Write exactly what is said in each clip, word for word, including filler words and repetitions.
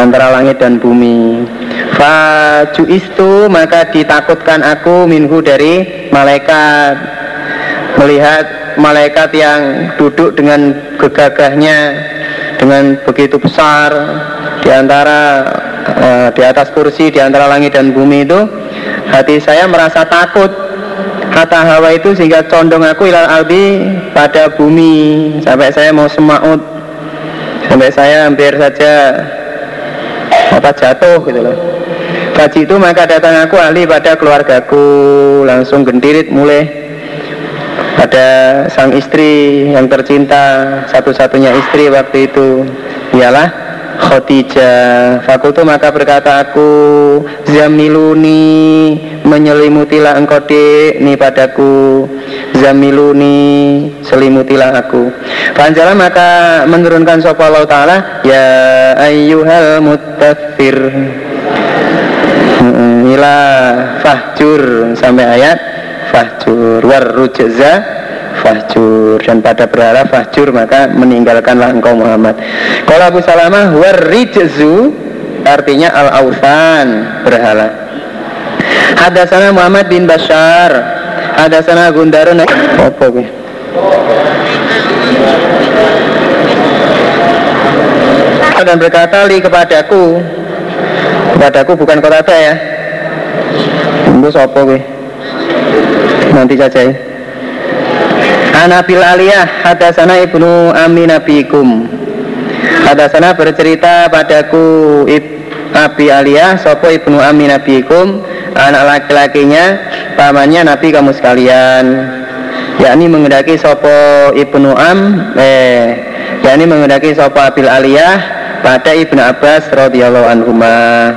antara langit dan bumi. Fajuistu, maka ditakutkan aku minhu dari malaikat, melihat malaikat yang duduk dengan gegagahnya, dengan begitu besar di antara uh, di atas kursi di antara langit dan bumi itu. Hati saya merasa takut, kata hawa itu, sehingga condong aku ilal ardi, pada bumi, sampai saya mau semaut, sampai saya hampir saja apa jatuh gitu loh. Kaji itu maka datang aku ahli pada keluargaku, langsung gendirit mulai pada sang istri yang tercinta, satu-satunya istri waktu itu, ialah Khadijah. Fakultu, maka berkata aku, zamiluni, menyelimutilah engkau ni padaku, zamiluni, selimutilah aku. Panjala, maka menurunkan sapa Allah Ta'ala, ya ayyuhal muttathir, ila fahjur, sampai ayat fahjur, warrujza fahjur, dan pada berhala fahjur, maka meninggalkanlah engkau Muhammad. Kalau Abu Salamah, warrijzu artinya al-awthan, berhala. Hadatsana Muhammad bin Bashar, hadatsana Gundarun, apa gue? Dan berkata li kepadaku, kepadaku bukan kota ya, itu apa gue? Nanti saja ya. Anabil aliyah, hadasana ibnu ammi nabikum, hadasana bercerita padaku Abi Aliyah, sopo ibnu ammi nabikum, anak laki-lakinya pamannya nabi kamu sekalian, yakni mengendaki sopo ibnu am eh yakni mengendaki sopo Abil Aliyah pada Ibnu Abbas radhiyallahu anhuma.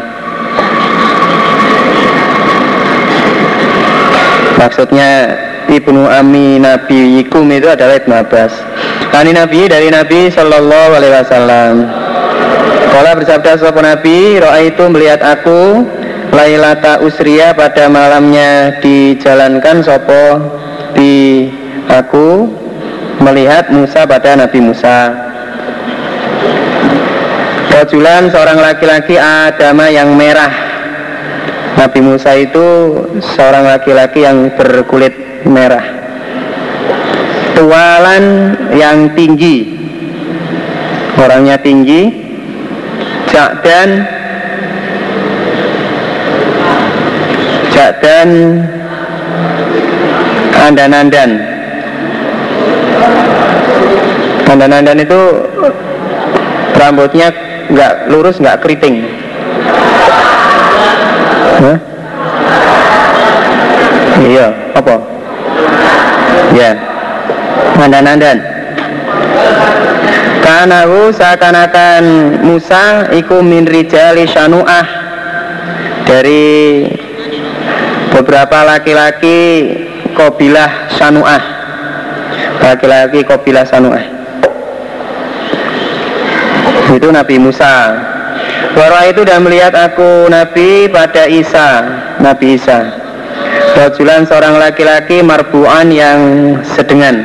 Maksudnya Ibnu Ammi Nabiyikum itu adalah Ibnu Abbas. Kani Nabi, dari Nabi Sallallahu Alaihi Wasallam. Kala bersabda sapa Nabi, ro'aitu, melihat aku, Lailata Usriya, pada malamnya dijalankan sopo di aku, melihat Musa, pada Nabi Musa. Rajulan, seorang laki-laki, Adama yang merah. Nabi Musa itu seorang laki-laki yang berkulit merah, tualan, yang tinggi, orangnya tinggi, jakdan, jakdan, andan-andan. Andan-andan itu rambutnya nggak lurus, nggak keriting. Hah? Iya, apa? Ya, andan-andan. Kanahu, seakan-akan Musa iku min rijali Syanu'ah, dari beberapa laki-laki kabilah Syanu'ah, laki-laki kabilah Syanu'ah. Itu Nabi Musa. Wara itu, dan melihat aku Nabi pada Isa, Nabi Isa. Rajulan, seorang laki-laki, marbu'an, yang sedengan.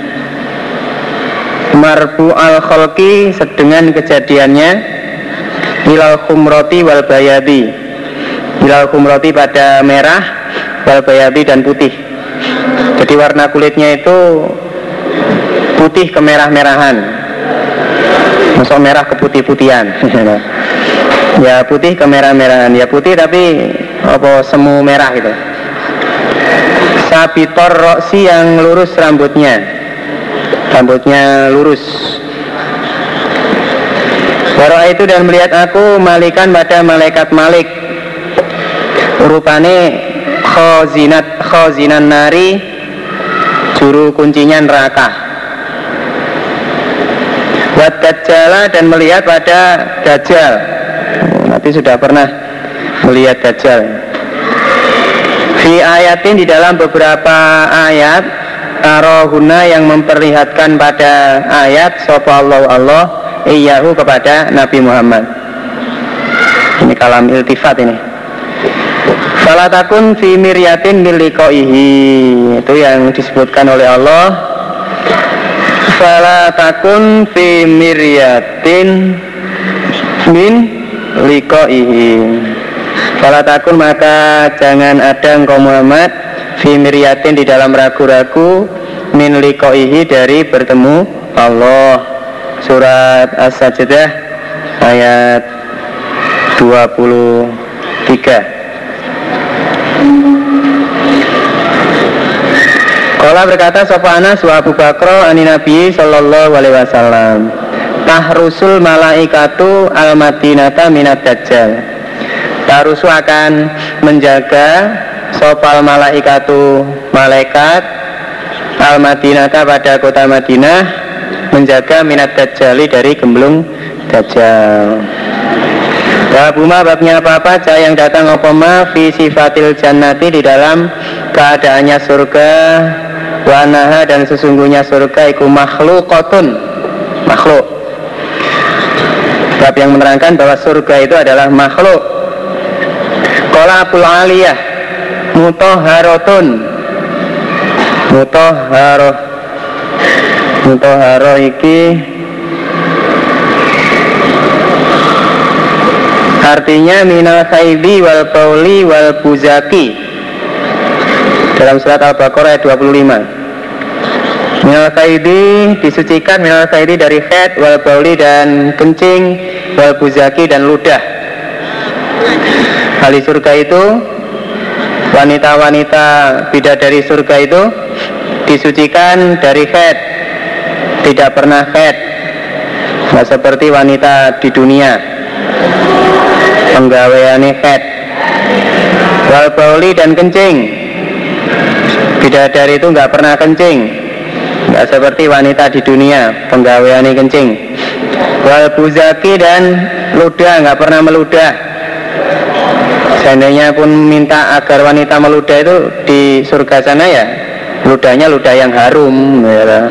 Marbu al-khalqi, sedengan kejadiannya, ilal khumroti wal bayadi, ilal khumroti, pada merah, wal bayadi, dan putih. Jadi warna kulitnya itu putih kemerah-merahan, masuk merah ke putih-putihan. Ya putih kemerah-merahan, ya putih tapi apa semu merah gitu. Sabitor roksi, yang lurus rambutnya, rambutnya lurus. Wara itu, dan melihat aku malikan, pada malaikat Malik, rupane khazinat khazinan nari, juru kuncinya neraka. Wat Dajjal, dan melihat pada Dajjal. Nabi sudah pernah melihat Dajjal. Fi ayatin, di dalam beberapa ayat, arohuna, yang memperlihatkan pada ayat, sapa Allah Allah iyahu, kepada Nabi Muhammad. Ini kalam iltifat ini. Falatakun fi miryatin min liqaihi, itu yang disebutkan oleh Allah. Falatakun fi miryatin min liqaihi. Fala takun, maka jangan ada engkau Muhammad fi miryatin, di dalam ragu-ragu, min liqaihi, dari bertemu Allah. Surat As-Sajdah ayat dua puluh tiga. Qala berkata sapa Anas wa Abu Bakar ani Nabi sallallahu alaihi wasallam, tahrusul malaikatu al-madinata minad dajjal. Tarusu akan menjaga sopal malaikatu, malaikat al-madinata, pada kota Madinah, menjaga minat dajjali, dari gemblung dajjal. Babuma, babnya apa-apa yang datang opoma fi sifatil jannati, di dalam keadaannya surga, wanaha, dan sesungguhnya surga iku makhlukotun, makhluk. Bab yang menerangkan bahwa surga itu adalah makhluk. Qala Abul Aliyah mutahharatun, mutahharah, mutahharah iki artinya minal khaibi wal bauli wal buzaki, dalam surat Al-Baqarah ayat dua puluh lima. Minal khaibi, disucikan, minal khaibi, dari khaid, wal bauli, dan kencing, wal buzaki, dan ludah. Ahli surga itu, wanita-wanita bidadari surga itu disucikan dari khaid, tidak pernah khaid, nggak seperti wanita di dunia penggaweane khaid. Wal bauli, dan kencing, bidadari itu nggak pernah kencing, nggak seperti wanita di dunia penggaweane kencing. Wal buzaki, dan ludah, nggak pernah meludah. Seandainya pun minta agar wanita meludah itu di surga sana, ya ludahnya ludah yang harum, ya.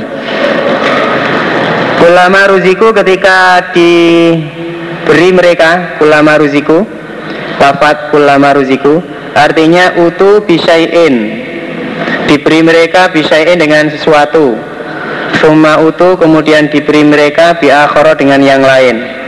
Ulama ruziku, ketika diberi mereka, ulama ruziku, wafat ulama ruziku, artinya utu bisyai'in, diberi mereka bisyai'in, dengan sesuatu. Summa utu, kemudian diberi mereka biakhara, dengan yang lain.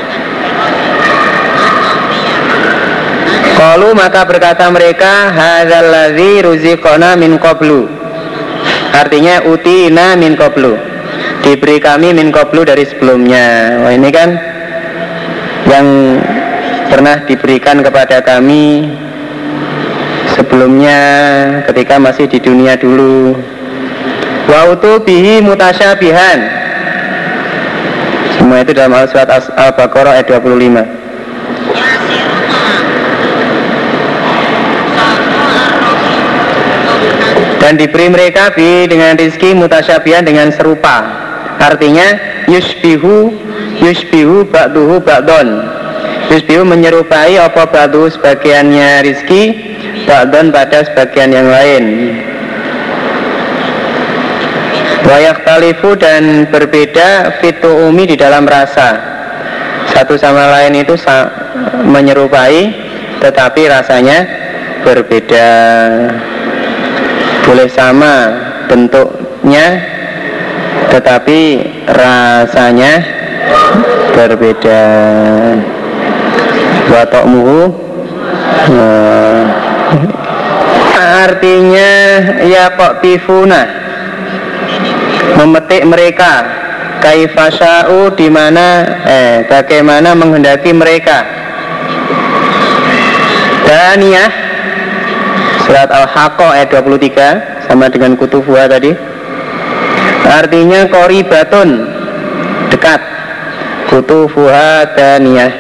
Qalu, maka berkata mereka, hadzal ladzi ruziqona min qablu, artinya utina min qablu, diberi kami min qablu, dari sebelumnya. Wah, ini kan yang pernah diberikan kepada kami sebelumnya, ketika masih di dunia dulu. Wa utu bihi mutasyabihan, semua itu dalam surat Al-Baqarah ayat dua puluh lima. Dan diberi mereka bi, dengan rizki, mutasyabihan, dengan serupa, artinya yusbihu, yusbihu ba'duhu ba'don, yusbihu, menyerupai apa ba'duhu, sebagiannya rizki, ba'don, pada sebagian yang lain. Wa yakhtalifu, dan berbeda, fitu umi, di dalam rasa, satu sama lain itu menyerupai, tetapi rasanya berbeda. Boleh sama bentuknya, tetapi rasanya berbeda. Wa ta'muhu, nah, artinya ya kok tifuna, memetik mereka, kaifasa'u, di mana eh bagaimana menghendaki mereka. Daniyah, surat Al-Haqqah ayat dua puluh tiga, sama dengan kutufuha tadi, artinya qoribatun, dekat. Kutufuha daniyah.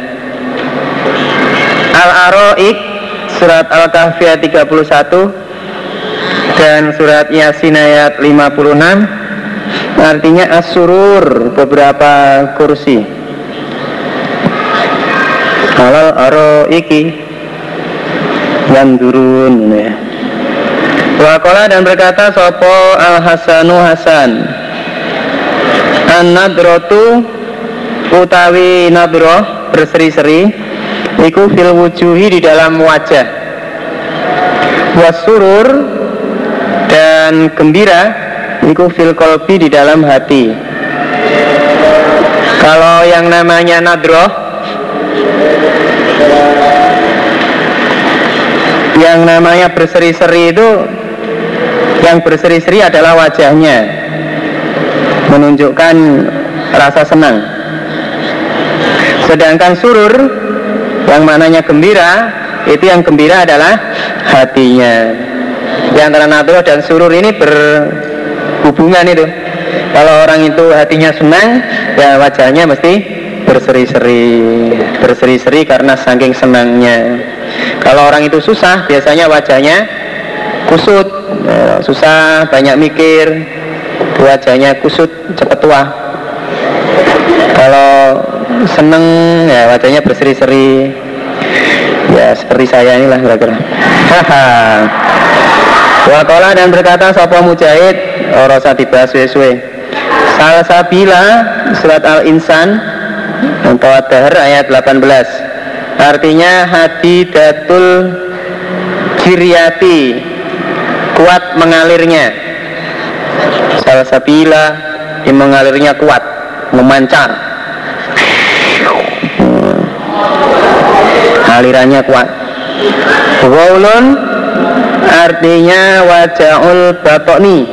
Al-Araik, surat Al-Kahfi ayat tiga puluh satu, dan surat Yasin ayat lima puluh enam, artinya as-surur, beberapa kursi. Al-Araiki yang turun, ya. Waqala, dan berkata sopo Al-Hasanu Hasan, an-nadratu, utawi nadroh, berseri-seri, iku fil wujuhi, di dalam wajah. Wasurur, dan gembira, iku fil qalbi, di dalam hati. Kalau yang namanya nadroh Yang namanya berseri-seri itu, yang berseri-seri adalah wajahnya, menunjukkan rasa senang. Sedangkan surur, yang maknanya gembira, itu yang gembira adalah hatinya. Di antara nadroh dan surur ini berhubungan itu. Kalau orang itu hatinya senang, ya wajahnya mesti berseri-seri, berseri-seri karena saking senangnya. Kalau orang itu susah, biasanya wajahnya kusut, susah, banyak mikir, wajahnya kusut, cepat tua. Kalau seneng, ya wajahnya berseri-seri. Ya seperti saya inilah kira-kira. Haha. Waqala dan berkata sapa Mujahid, ora usah dibahas suwe-suwe. Salsabila surat Al-Insan atau Ad-Dahr ayat delapan belas. Artinya hadidatul kiryati, kuat mengalirnya. Salsabila yang mengalirnya kuat, memancar, alirannya kuat. Waulun artinya wajaul batoni.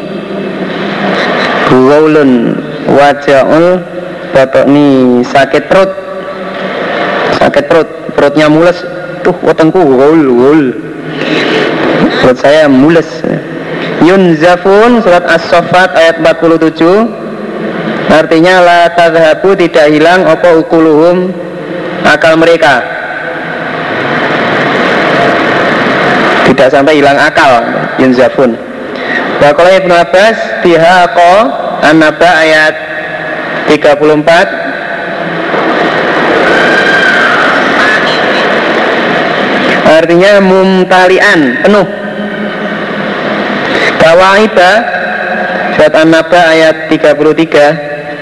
Waulun wajaul batoni, sakit perut, sakit perut, perutnya mules. Tuh wetengku waul waul, perut saya mules. Yunzafun surat As-Saffat ayat empat puluh tujuh. Artinya la tadhabu, tidak hilang apa ukuluhum, akal mereka, tidak sampai hilang akal. Yunzafun. Wa qala Ibnu Abbas bihaqa An-Naba ayat tiga puluh empat. Artinya mumtalian, penuh. Kawaiba surat An-Naba ayat tiga puluh tiga.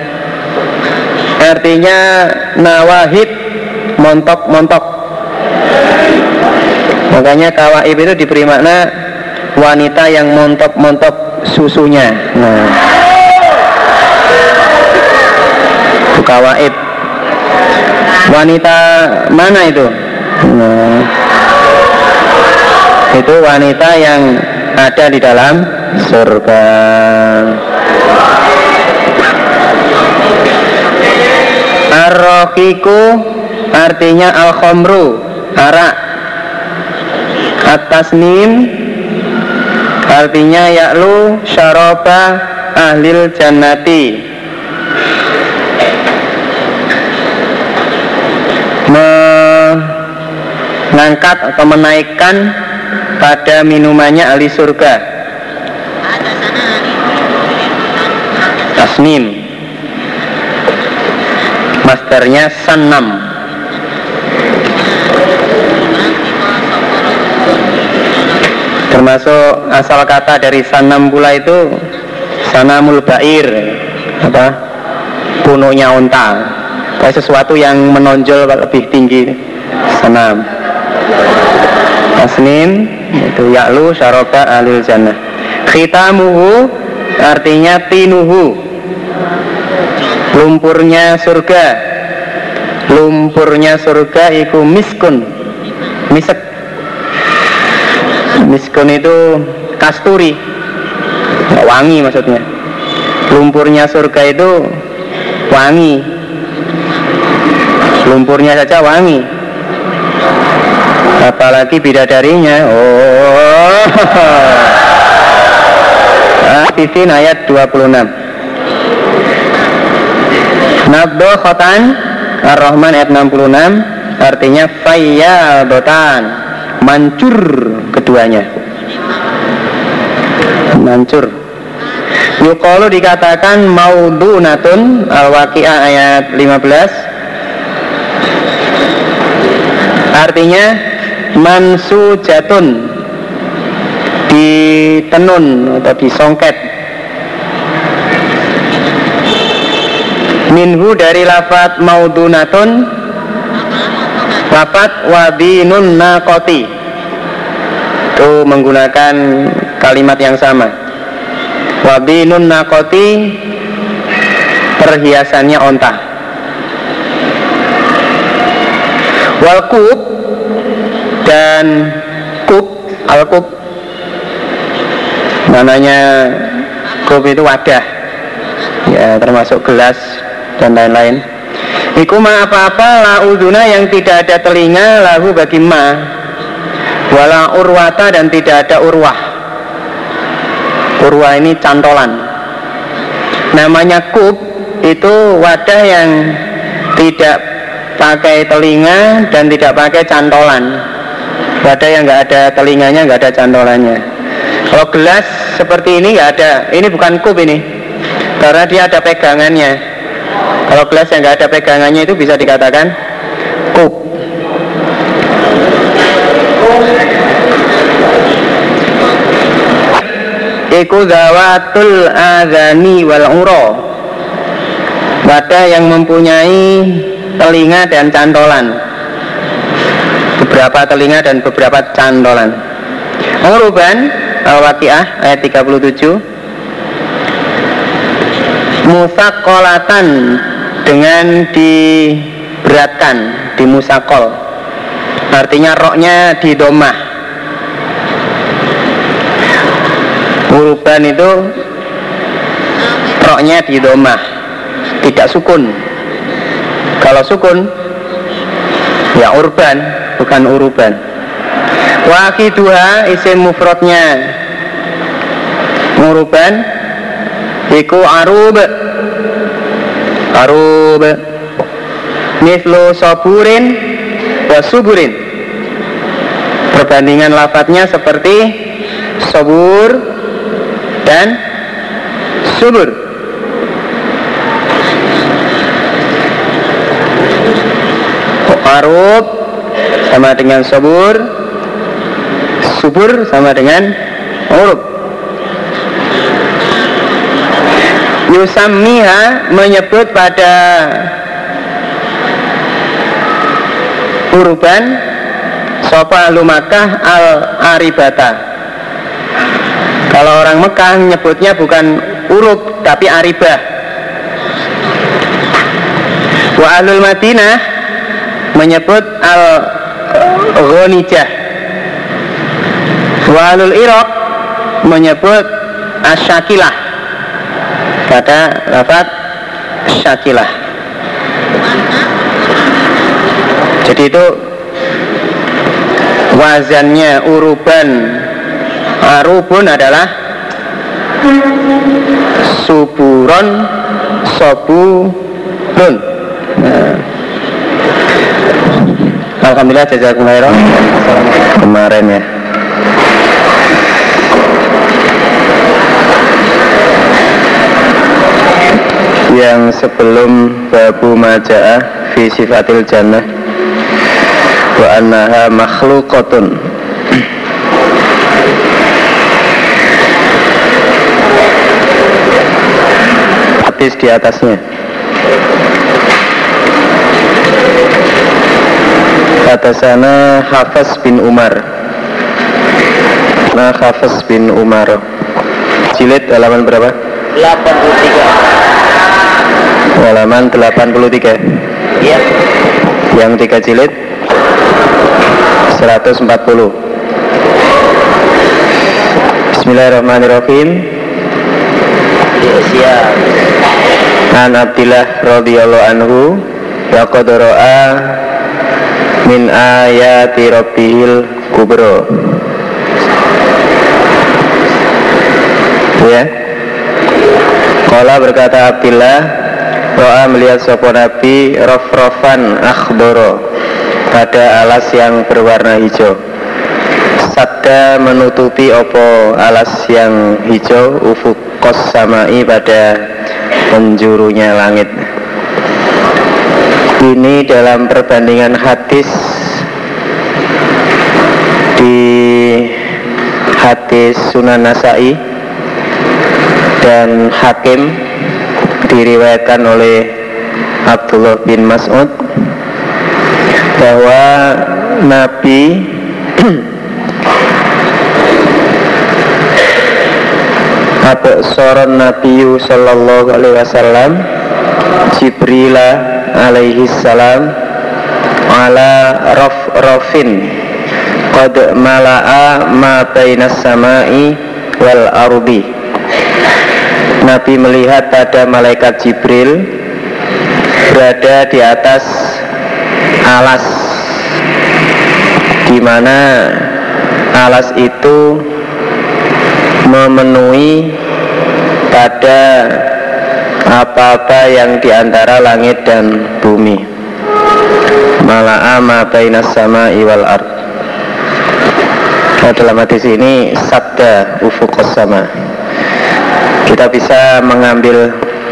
Artinya nawahid, montok-montok. Makanya kawaib itu diberi makna wanita yang montok-montok susunya. Nah, itu kawaib. Wanita mana itu? Nah, itu wanita yang ada di dalam surga. Ar-raqiqu artinya al-khamru, arak. At-tasnim artinya ya'lu syaraba ahlil jannati, mengangkat atau menaikkan pada minumannya ahli surga. Tasnim masternya sanam. Termasuk asal kata dari sanam pula itu sanamul ba'ir, apa, punuknya unta, kayak sesuatu yang menonjol lebih tinggi. Sanam. Tasnim itu ya'lu syaraba alil jannah. Khitamuhu artinya tinuhu, lumpurnya surga. Lumpurnya surga iku miskun, misek. Miskun itu kasturi, wangi maksudnya. Lumpurnya surga itu wangi, lumpurnya saja wangi, apalagi bidadarinya. Oh, Al-Fifin ayat dua puluh enam. Nabdo khotan Ar-Rahman ayat enam puluh enam. Artinya fayyadatan, mancur keduanya, mancur. Yuqalu dikatakan maudunatun, Al-Waqi'ah ayat lima belas. Artinya mansujatun, ditenun atau disongket. Minhu dari lafat maudunatun, lafat wadinun naqoti, itu menggunakan kalimat yang sama. Wadinun naqoti, perhiasannya onta. Wal kub dan kub Al-kub, mananya kub itu wadah, ya termasuk gelas dan lain-lain. Iku ma apa-apa la uduna yang tidak ada telinga lahu bagi ma, wala urwata dan tidak ada urwah. Urwah ini cantolan. Namanya kub itu wadah yang tidak pakai telinga dan tidak pakai cantolan. Wadah yang nggak ada telinganya, nggak ada cantolannya. Kalau gelas seperti ini nggak ada, ini bukan kub ini, karena dia ada pegangannya. Kalau gelas yang nggak ada pegangannya itu bisa dikatakan kub. Iku zawatul azani wal uro, wadah yang mempunyai telinga dan cantolan, beberapa telinga dan beberapa cantolan. Uruban Al-Waqiah ayat tiga puluh tujuh, musakolatan dengan diberatkan, dimusakol, artinya roknya di domah. Uruban itu roknya di domah, tidak sukun. Kalau sukun ya urban, bukan uruban. Waqiduha isim mufradnya uruban iku arub, arub mislu saburin wa suburin, perbandingan lafadznya seperti sabur dan subur. Arub sama dengan sabur, subur sama dengan urub. Yusammiha menyebut pada uruban sopa lu Makkah al-aribata. Kalau orang Mekah nyebutnya bukan urub tapi aribah. Wa ahlul Madinah menyebut al-ghanijah. Wa ahlul Iraq menyebut asyakilah pada lafaz syakilah. Jadi itu wazannya uruban. Arubun adalah suburon soburun. Nah. Alhamdulillah jazakumullah khairan kemarin ya. Yang sebelum babu maja'ah fi sifatil jannah wa annaha makhluqatun. Hadis di atasnya. Kata sana Hafiz bin Umar. Nah Hafiz bin Umar. Jilid halaman berapa? delapan puluh tiga. Halaman delapan puluh tiga. Iya. Yang tiga jilid seratus empat puluh. Bismillahirrahmanirrahim. Siap. An Abdillah radhiyallahu anhu laqad ra'a min ayati rabbihil kubra. Ya. Qala berkata Abdillah, ra'a melihat sapa nabi rafrafan akhdara, pada alas yang berwarna hijau. Sadda menutupi opo alas yang hijau ufukos samai pada penjurunya langit. Ini dalam perbandingan hadis di hadis Sunan Nasai dan Hakim, diriwayatkan oleh Abdullah bin Mas'ud bahwa Nabi Absaran Nabiyyu sallallahu alaihi wasallam Jibril alaihi salam ala raf rafin qad mala'a ma bainas samai wal ardi. Nabi melihat pada malaikat Jibril berada di atas alas, di mana alas itu memenuhi pada apa-apa yang di antara langit dan bumi. Mala'a ma bainas samai wal ard. Nah, dalam hadis ini sabda ufuqas sama. Kita bisa mengambil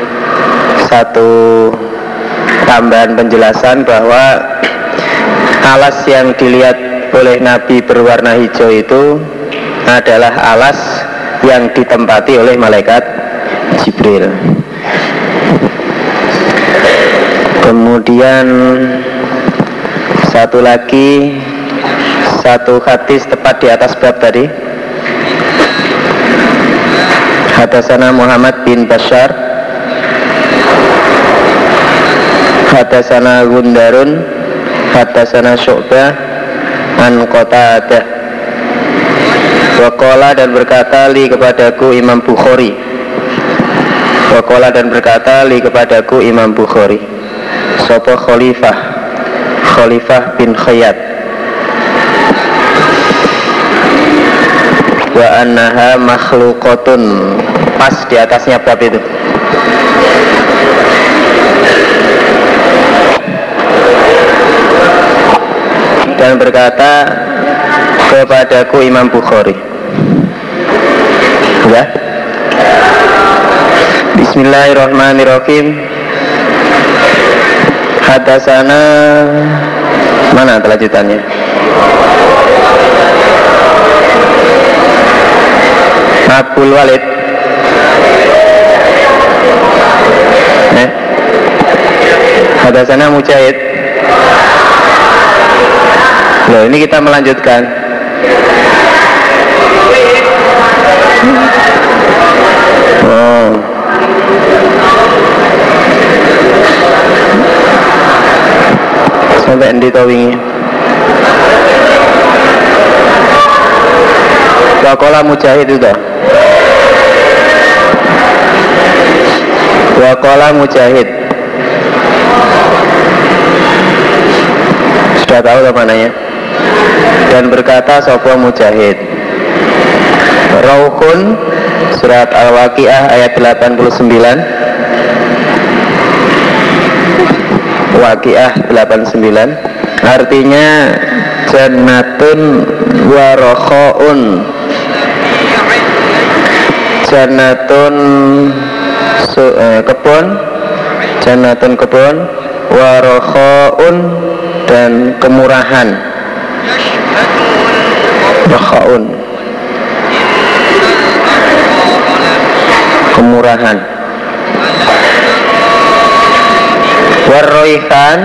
satu tambahan penjelasan bahwa alas yang dilihat oleh Nabi berwarna hijau itu adalah alas yang ditempati oleh malaikat Jibril. Kemudian satu lagi, satu hadis tepat di atas bab tadi. Hadatsana Muhammad bin Bashar, hadatsana Gundarun, hadatsana Syu'bah an Qatadah. Waqala dan berkata li kepadaku Imam Bukhari. Waqala dan berkata li kepadaku Imam Bukhari. Sapa Khalifah Khalifah bin Khayyat wa annaha makhluqatun, pas di atasnya bab itu. Dan berkata kepadaku Imam Bukhari, ya. Bismillahirrahmanirrahim. Hadatsana, mana kelanjutannya? Abul Walid. Nah, hadatsana Mujahid. Loh, ini kita melanjutkan. Oh. Sampai endi to wingi? Waqala Mujahid itu. Waqala Mujahid. Sudah tahu ke mananya? Dan berkata sapa Mujahid, Rauhun, surat Al-Waqiah ayat delapan puluh sembilan. Waqiah delapan puluh sembilan, artinya jannatun wa rakhaun. Jannatun su, eh, kebun, jannatun kebun, wa rakhaun dan kemurahan. Rakhaun, kemurahan. Warroihan,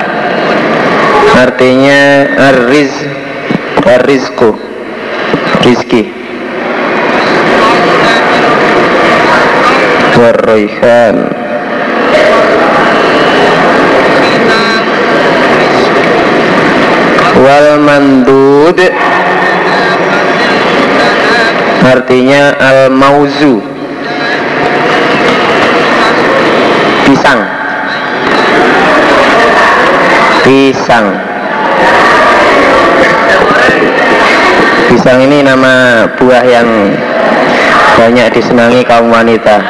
artinya ar-riz, ar-rizku, rizki. Warroihan, wal mandud, artinya al-mauzu, pisang. Pisang. Pisang ini nama buah yang banyak disenangi kaum wanita.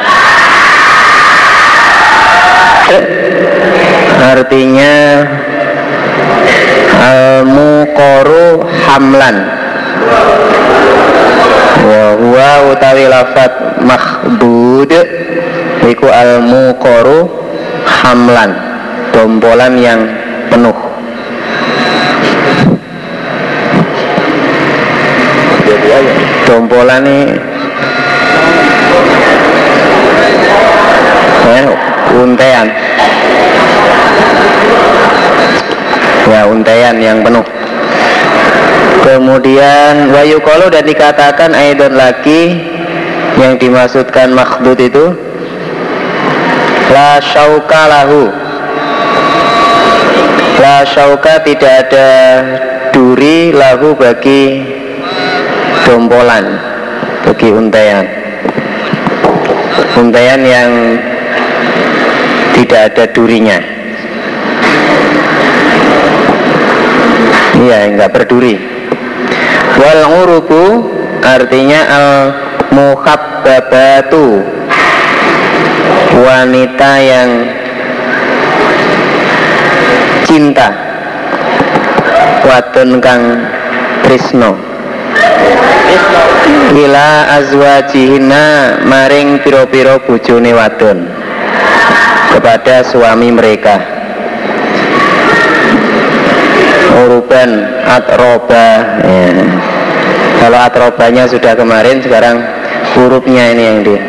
Artinya al-muqaru hamlan. Wa huwa utawi lafat makhdud iku al-muqaru hamlan, dombolan yang penuh. Dombolan ini eh, untean, ya untean yang penuh. Kemudian wayuqalu, dan dikatakan aidon lagi, yang dimaksudkan makhdud itu la syauka lahu. La syauka, tidak ada duri lahu bagi dompolan, bagi untaian, untaian yang tidak ada durinya. Iya, enggak berduri. Wal urubu artinya al muhabbabatu, wanita yang cinta, wadon kang tresno, ila azwajihina maring piro-piro bojone wadon, kepada suami mereka. Uruban atroba ya. Kalau atrobanya sudah kemarin, sekarang hurufnya ini yang di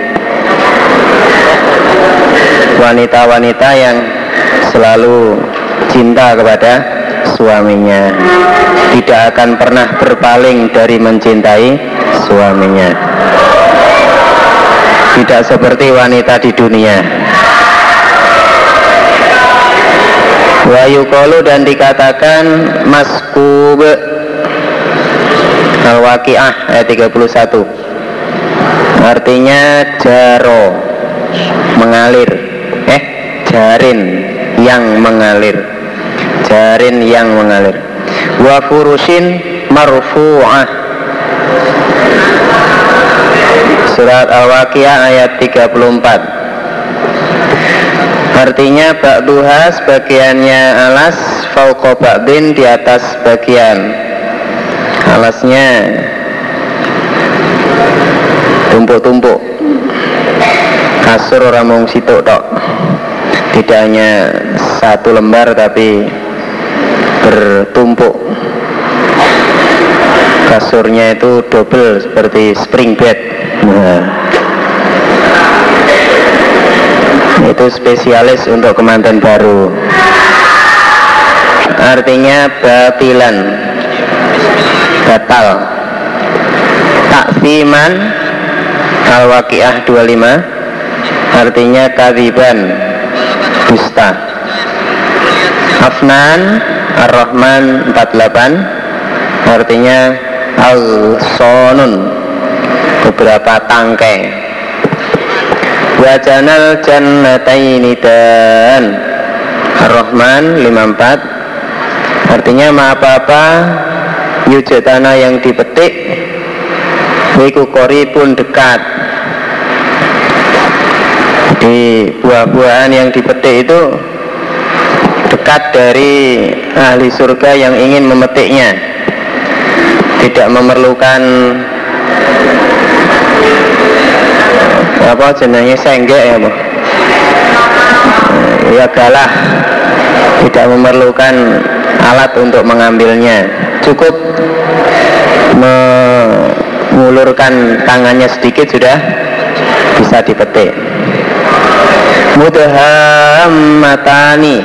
wanita-wanita yang selalu cinta kepada suaminya, tidak akan pernah berpaling dari mencintai suaminya, tidak seperti wanita di dunia. Wa yuqalu, dan dikatakan maskub Al-Waqiah ayat tiga puluh satu, artinya jaro, mengalir, eh jarin yang mengalir, jarin yang mengalir. Wa furushin marfu'ah, surat Al-Waqiah ayat tiga puluh empat, artinya ba'duha, sebagiannya alas, fauqa ba'din, di atas bagian, alasnya tumpuk-tumpuk, kasur orang mung situk tok, tidak hanya satu lembar tapi bertumpuk, kasurnya itu double seperti spring bed. Nah, itu spesialis untuk kemanten baru, artinya batilan, batal. Takfiman Al-Waqiah dua puluh lima, artinya kadziban, dusta. Afnan Ar-Rahman empat puluh delapan, artinya al-sonun, beberapa tangkai. Wajanal jannataini, dan Ar-Rahman lima puluh empat, artinya ma apa-apa yujatana yang dipetik, wiku kori pun dekat. Di buah-buahan yang dipetik itu dekat dari ahli surga yang ingin memetiknya, tidak memerlukan apa jenenge senggek ya bu, ya galah, tidak memerlukan alat untuk mengambilnya, cukup mengulurkan tangannya sedikit sudah bisa dipetik. Mudhammatani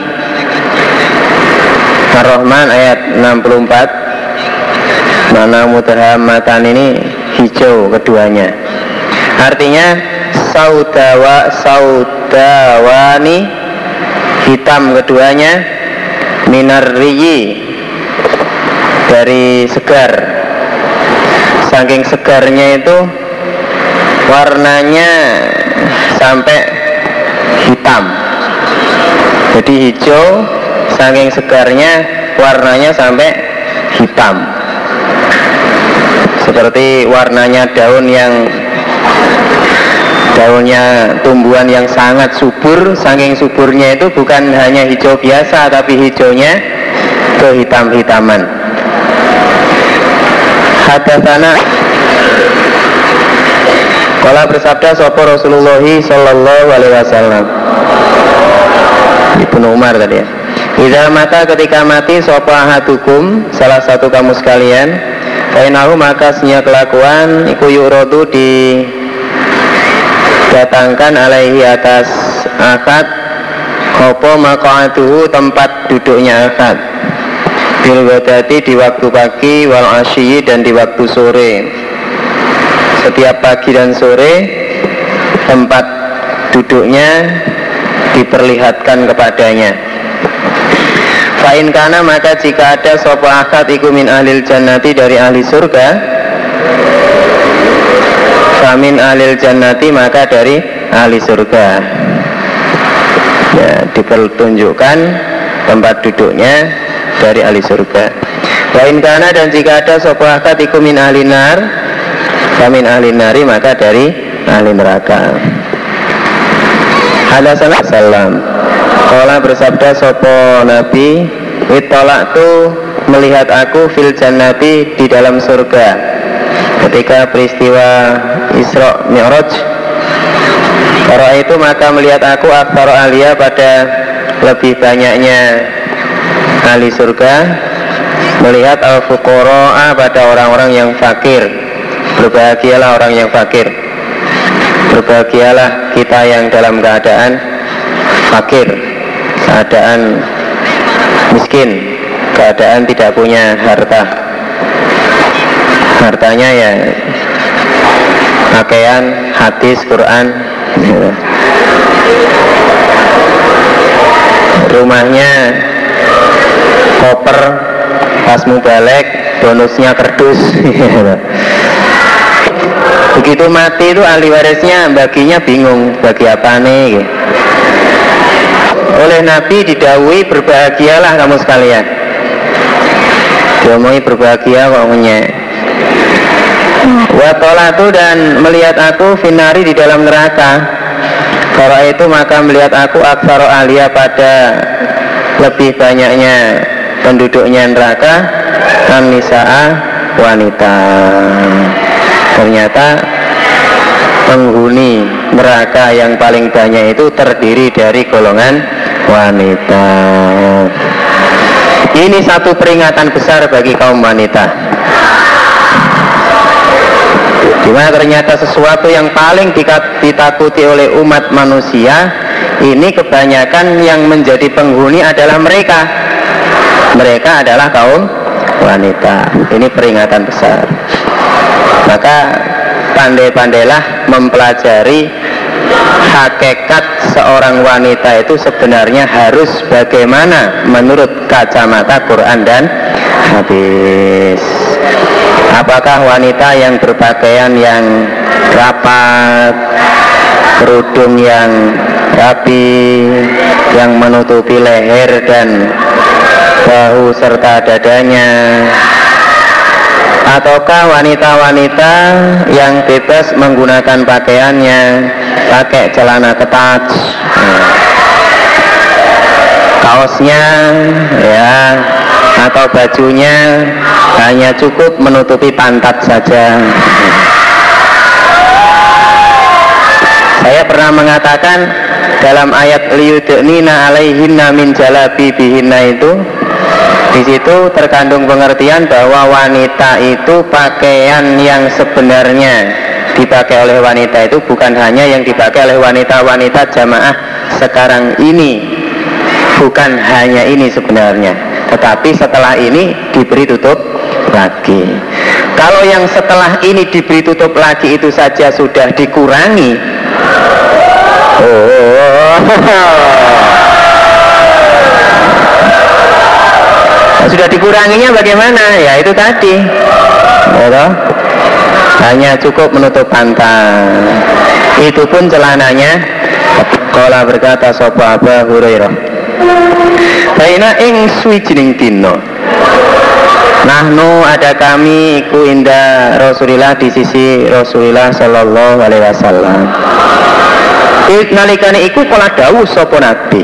Ar-Rahman ayat enam puluh empat, mana mudhammatani ini hijau keduanya, artinya saudawa saudawani, hitam keduanya, minarriyi, dari segar, saking segarnya itu warnanya sampai hitam, jadi hijau, saking segarnya warnanya sampai hitam, seperti warnanya daun yang daunnya tumbuhan yang sangat subur, saking suburnya itu bukan hanya hijau biasa tapi hijaunya kehitam-hitaman. Hadatsana Kala bersabda sapa Rasulullah sallallahu alaihi wasallam, Ibnu Umar tadi ya, idza mata, ketika mati sapa ahadukum, salah satu kamu sekalian, fainahu, maka senya kelakuan iku yurodu, didatangkan alaihi, atas akad, apa maq'aduhu, tempat duduknya akad, bil ghadati, di waktu pagi, wal asyi, dan di waktu sore. Setiap pagi dan sore tempat duduknya diperlihatkan kepadanya. Fa'in kana maka jika ada sopo akad iku min ahlil jannati dari ahli surga, famin ahlil jannati maka dari ahli surga. Ya, dipertunjukkan tempat duduknya dari ahli surga. Fa'in kana dan jika ada sopo akad iku min ahli nar, famin ahli nari maka dari ahli neraka. Hadatsana salam. Kala bersabda sopo Nabi, witolak tu melihat aku fil jannati di dalam surga. Ketika peristiwa Isra Mi'raj, karena itu maka melihat aku aktsar alia pada lebih banyaknya ahli surga, melihat al-fuqara'a pada orang-orang yang fakir. Berbahagialah orang yang fakir, berbahagialah kita yang dalam keadaan fakir, keadaan miskin, keadaan tidak punya harta. Hartanya ya pakaian, hadis, Quran, rumahnya koper, pas mubalek, bonusnya kerdus. Begitu mati itu ahli warisnya baginya bingung, bagi apa nih gitu. Oleh Nabi didawuhi berbahagialah kamu sekalian. Diomongi berbahagia kok menyek. Wa tolatu dan melihat aku finari di dalam neraka. Karena itu maka melihat aku aksaro alia pada lebih banyaknya penduduknya neraka, an-nisaa wanita. Ternyata penghuni neraka yang paling banyak itu terdiri dari golongan wanita. Ini satu peringatan besar bagi kaum wanita, dimana ternyata sesuatu yang paling ditakuti oleh umat manusia ini kebanyakan yang menjadi penghuni adalah mereka. Mereka adalah kaum wanita. Ini peringatan besar. Maka pandai-pandailah mempelajari hakikat seorang wanita itu sebenarnya harus bagaimana menurut kacamata Quran dan hadis. Apakah wanita yang berpakaian yang rapat, kerudung yang rapi, yang menutupi leher dan bahu serta dadanya, ataukah wanita-wanita yang bebas menggunakan pakaiannya, pakai celana ketat, kaosnya ya, atau bajunya hanya cukup menutupi pantat saja. Saya pernah mengatakan dalam ayat liyudnina alaihinna min jalabibihinna itu, di situ terkandung pengertian bahwa wanita itu pakaian yang sebenarnya dipakai oleh wanita itu bukan hanya yang dipakai oleh wanita-wanita jamaah sekarang ini, bukan hanya ini sebenarnya, tetapi setelah ini diberi tutup lagi. Kalau yang setelah ini diberi tutup lagi itu saja sudah dikurangi, oh, sudah dikuranginya bagaimana? Ya itu tadi, ya, hanya cukup menutup pantat. Itu pun celananya. Qala berkata sapa Abu Hurairah, baina ing suwijining dina, nahnu ada kami iku indah Rasulillah di sisi Rasulillah sallallahu alaihi wasallam. Nalikane iku kala dawuh sapa Nabi,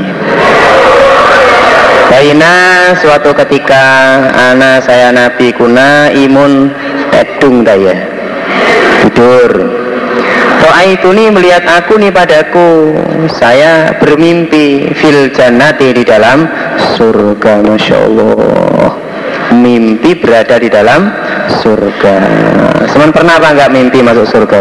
baina suatu ketika ana saya Nabi kuna imun edung daya tidur. Ra'aituni melihat aku nih padaku, saya bermimpi fil jannati di dalam surga. Masya Allah, mimpi berada di dalam surga. Semen pernah apa enggak mimpi masuk surga?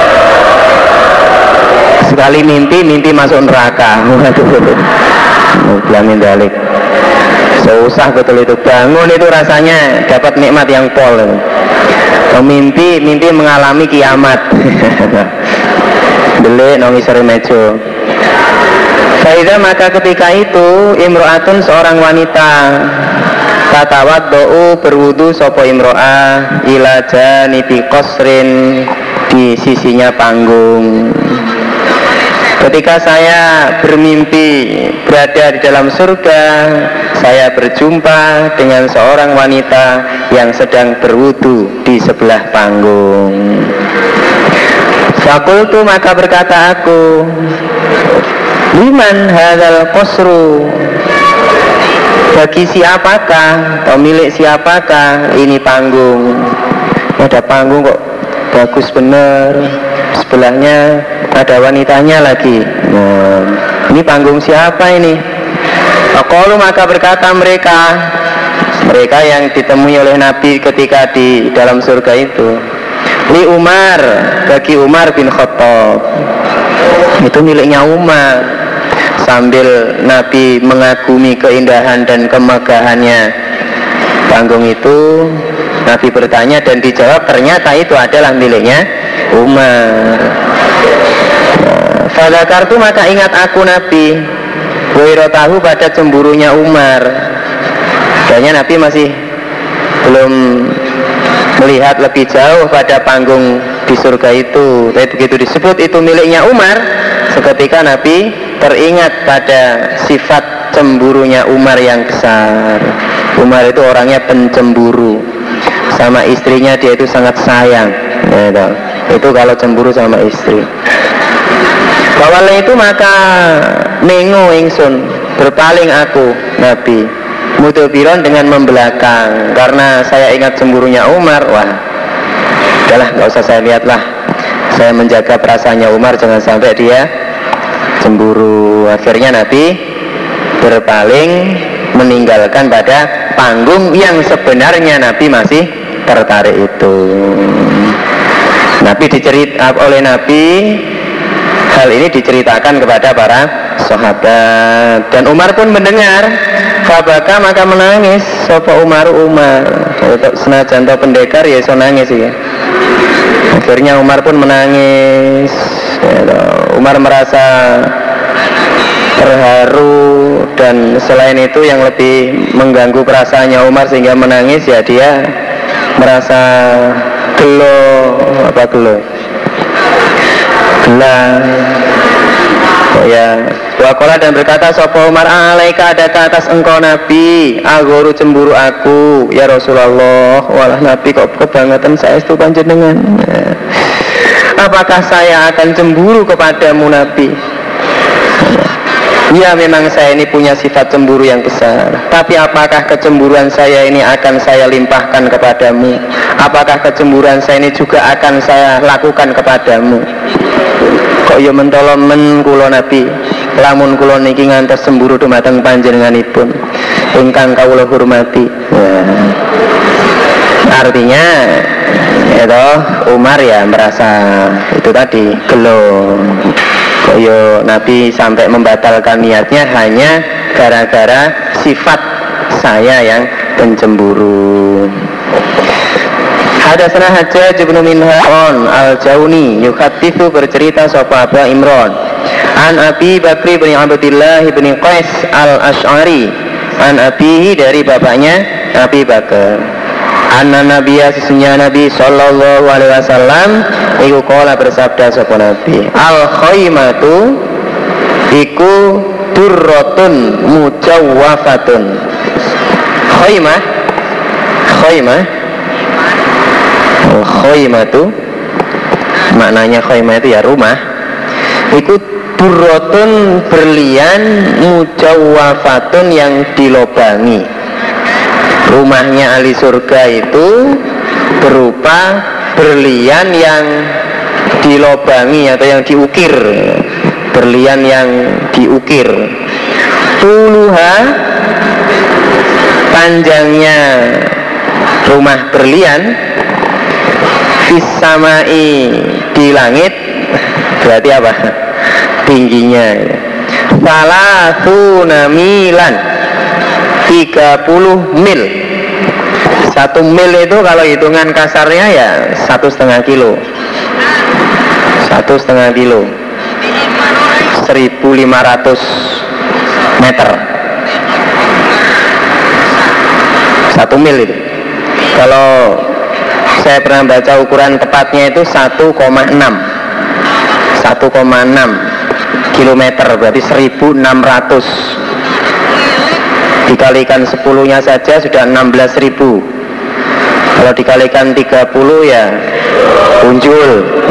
Sekali mimpi, mimpi masuk neraka. Waduh, mublamin dalik. Susah betul itu, bangun itu rasanya dapat nikmat yang pol. Mimpi, mimpi mengalami kiamat. Delik nongi sore mejo. Faiza maka ketika itu imro'atun seorang wanita tatawaddo'u berwudu sopo imro'ah ila janibi qasrin di sisinya panggung. Ketika saya bermimpi berada di dalam surga, saya berjumpa dengan seorang wanita yang sedang berwudu di sebelah panggung. Fakultu maka berkata aku, liman hadzal qasru, bagi siapakah atau milik siapakah ini panggung? Ada panggung kok bagus bener, sebelahnya ada wanitanya lagi. Nah, ini panggung siapa ini? Aku maka berkata mereka, mereka yang ditemui oleh Nabi ketika di dalam surga itu, li Umar, bagi Umar bin Khattab, itu miliknya Umar. Sambil Nabi mengagumi keindahan dan kemegahannya panggung itu, Nabi bertanya dan dijawab ternyata itu adalah miliknya Umar. Fadakartu maka ingat aku Nabi Wairotahu pada cemburunya Umar. Kayaknya Nabi masih belum melihat lebih jauh pada panggung di surga itu. Tapi begitu disebut itu miliknya Umar, seketika Nabi teringat pada sifat cemburunya Umar yang besar. Umar itu orangnya pencemburu, sama istrinya dia itu sangat sayang ya, itu. Itu kalau cemburu sama istri. Bawalnya itu maka mengo ingsun, berpaling aku Nabi mudobiron dengan membelakang, karena saya ingat cemburunya Umar. Wah, udahlah nggak usah saya lihatlah, saya menjaga perasaannya Umar jangan sampai dia cemburu. Akhirnya Nabi berpaling meninggalkan pada panggung yang sebenarnya Nabi masih tertarik itu. Nabi diceritakan oleh Nabi, hal ini diceritakan kepada para sahabat dan Umar pun mendengar. Fabaka maka menangis sapa Umar Umar. Senajan to pendekar ya iso nangis ya. Akhirnya Umar pun menangis. Umar merasa terharu, dan selain itu yang lebih mengganggu perasaannya Umar sehingga menangis ya dia merasa gelo, apa gelo? Gelah. Oh ya, wakola dan berkata sapa Umar, alaika ada ke atas engkau Nabi, agoru cemburu aku ya Rasulullah. Walah Nabi kok kebangetan saya itu panjenengan. Apakah saya akan cemburu kepadamu Nabi? Ya memang saya ini punya sifat cemburu yang besar, tapi apakah kecemburuan saya ini akan saya limpahkan kepadamu? Apakah kecemburuan saya ini juga akan saya lakukan kepadamu? Kok ya mentolomen kula Nabi, lamun kula niki ngantos cemburu dumateng panjenenganipun ingkang kawula hormati. Ya. Artinya itu Umar ya merasa itu tadi gelo. Kok ya Nabi sampai membatalkan niatnya hanya gara-gara sifat saya yang pencemburu. Hadatsana Hajjaj bin Minhan al-Jauni yuhadditsu bercerita sapa Abu Imran an Abi Bakri bin Abdullah bin Qais al-Asy'ari an abihi dari bapaknya Abi Bakar anna nabiyya sesungguhnya Nabi sallallahu alaihi wasallam iku qala bersabda sapa Nabi, al khaymatu iku durratun mujawwafatun. Khaymah khaymah khaymatu maknanya khaymah itu ya rumah, iku durratun berlian mujawwafatun yang dilobangi. Rumahnya ahli surga itu berupa berlian yang dilobangi atau yang diukir, berlian yang diukir. Tuluha, panjangnya rumah berlian, fis samai, di langit, berarti apa? Tingginya salasuna milan, tiga puluh mil. Satu mil itu kalau hitungan kasarnya ya satu setengah kilo, satu setengah kilo. seribu lima ratus meter. Satu mil itu. Kalau saya pernah baca ukuran tepatnya itu satu koma enam satu koma enam kilometer, berarti seribu enam ratus. Dikalikan sepuluh-nya saja sudah enam belas ribu. Kalau dikalikan tiga puluh ya muncul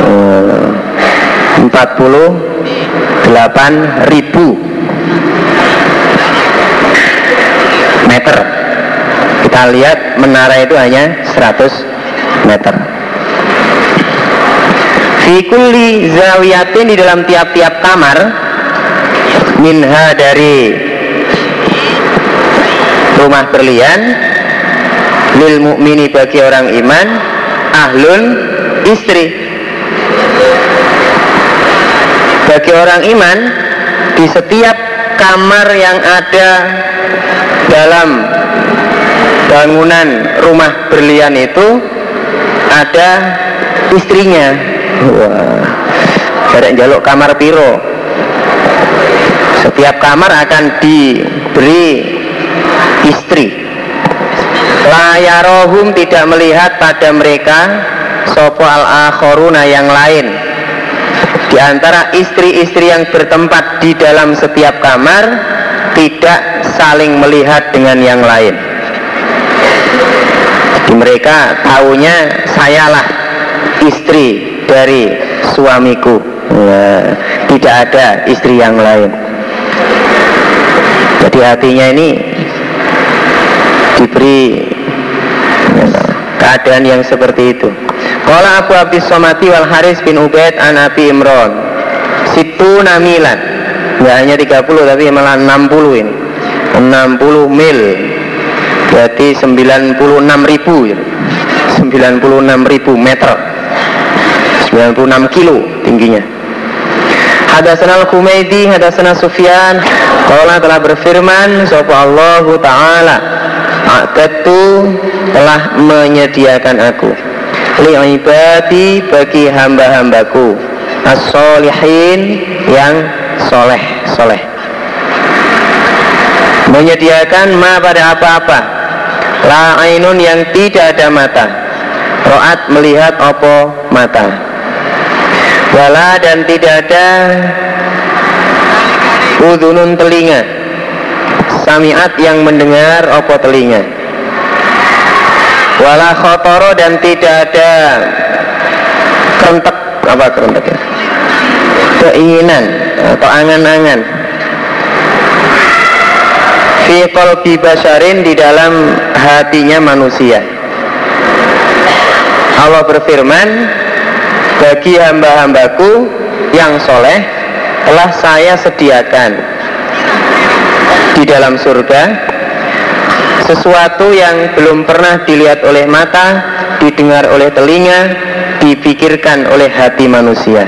empat puluh delapan ribu meter. Kita lihat menara itu hanya seratus meter. Fi kulli zawiyatin, di dalam tiap-tiap kamar, minha, dari rumah berlian, lil mukmini, bagi orang iman, ahlun, istri. Bagi orang iman, di setiap kamar yang ada dalam bangunan rumah berlian itu ada istrinya. Wah, bareng jaluk kamar piro. Setiap kamar akan diberi istri. La yarohum, tidak melihat pada mereka, sopo al-akhoruna, yang lain. Di antara istri-istri yang bertempat di dalam setiap kamar, tidak saling melihat dengan yang lain. Jadi mereka tahunya sayalah istri dari suamiku. Nah, tidak ada istri yang lain. Jadi hatinya ini diberi keadaan yang seperti itu. Qala Abu Abdis Somati wal Haris bin Ubaid an Abi Imran, situ namilan, nggak hanya tiga puluh tapi malah enam puluh. Ini enam puluh mil, berarti sembilan puluh enam ribu sembilan puluh enam ribu meter, sembilan puluh enam kilo tingginya. Hadatsana Al-Humaydi, hadatsana Sufyan, qala, telah berfirman sapa Allah Ta'ala, a'dadtu, telah menyediakan aku, li ibadi, bagi hamba-hambaku, as-solihin, yang soleh soleh. Menyediakan ma, pada apa-apa, la ainun, yang tidak ada mata, ro'at, melihat opo mata, wala, dan tidak ada udhunun, telinga, sami'at, yang mendengar opo telinga, wala khotoro, dan tidak ada kerentek, apa kerentek ya? Keinginan atau angan-angan, fi qalbi basyarin, di dalam hatinya manusia. Allah berfirman, bagi hamba-hambaku yang soleh telah saya sediakan di dalam surga sesuatu yang belum pernah dilihat oleh mata, didengar oleh telinga, dipikirkan oleh hati manusia.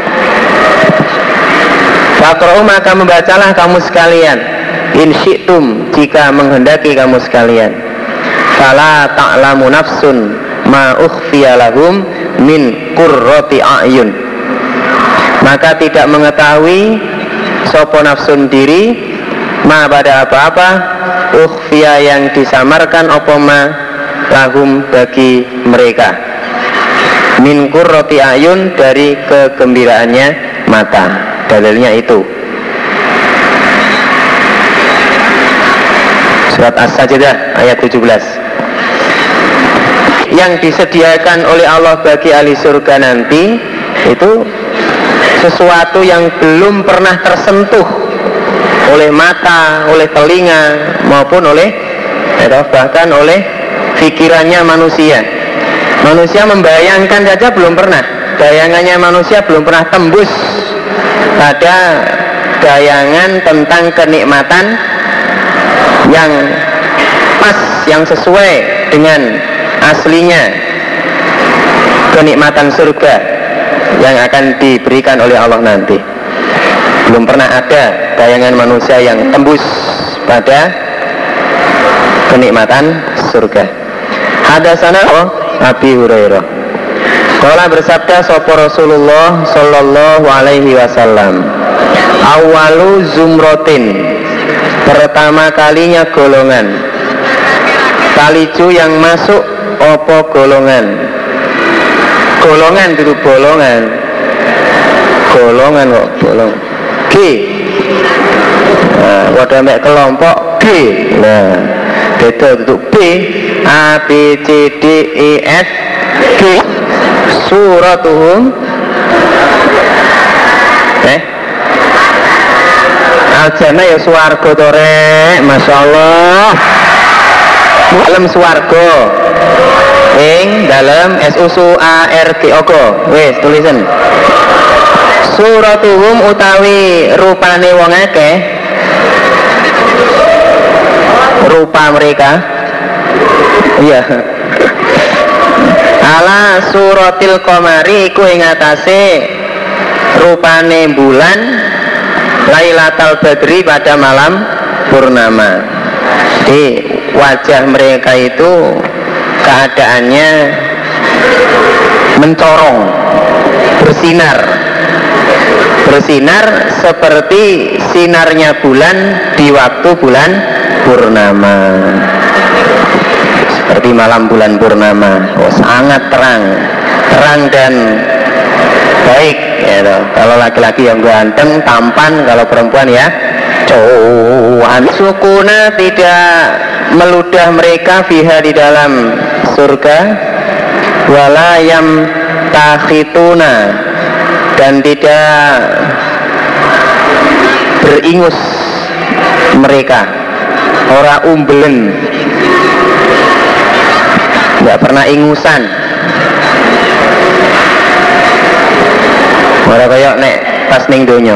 Faqra'u, maka membacalah kamu sekalian, in syi'tum, jika menghendaki kamu sekalian, fala ta'lamu nafsun ma ukhfiya lahum min qurrati a'yun, maka tidak mengetahui sopo nafsun diri, ma, pada apa-apa, ukhfiya, yang disamarkan opo ma, lahum, bagi mereka, min qurrati a'yun, dari kegembiraannya mata. Dalilnya itu surat As-Sajdah ayat tujuh belas. Yang disediakan oleh Allah bagi ahli surga nanti itu sesuatu yang belum pernah tersentuh oleh mata, oleh telinga, maupun oleh bahkan oleh pikirannya manusia. Manusia membayangkan saja belum pernah, bayangannya manusia belum pernah tembus pada bayangan tentang kenikmatan yang pas, yang sesuai dengan aslinya kenikmatan surga yang akan diberikan oleh Allah nanti. Belum pernah ada bayangan manusia yang tembus pada kenikmatan surga. Hadatsana Abi Hurairah, qala, bersabda sapa Rasulullah sallallahu alaihi wasallam, Awalu zumrotin, pertama kalinya golongan. Taliju yang masuk opo golongan. Golongan itu bolongan. Golongan kok bolong. G. Nah, wadah mek kelompok G. Nah, beda untuk B. A B C D E F G. Suratuhum. Eh? Aljana ya swarga to rek, masyaallah. Dalam swarga. Ing dalam S U S A R G ogo. Wis tulisan. Suratuhum utawi rupane wong akeh. Rupa mereka. Iya. Ala suratil qamari iku ing atase rupane bulan Lailatul Badri pada malam purnama. Di wajah mereka itu keadaannya mencorong, bersinar, bersinar seperti sinarnya bulan di waktu bulan purnama, seperti malam bulan purnama. Oh, sangat terang, terang dan baik. Ya, kalau laki-laki yang ganteng, tampan, kalau perempuan ya cuan. Sukuna tidak meludah mereka fiha di dalam surga, wala yam takhituna, dan tidak beringus mereka, ora umbelen, nggak pernah ingusan. Ora kaya nek pas ning donya.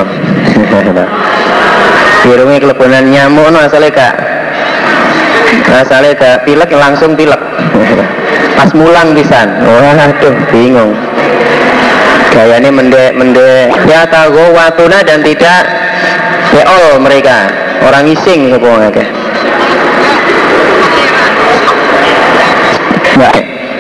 Birunge kelebonan nyamuk no asale gak. Asale gak pilek langsung pilek. Pas mulang pisan. Waduh, bingung. Gayane mendek-mendek. Ya tago watuna dan tidak beol mereka. Orang ngising apa akeh. Mbak.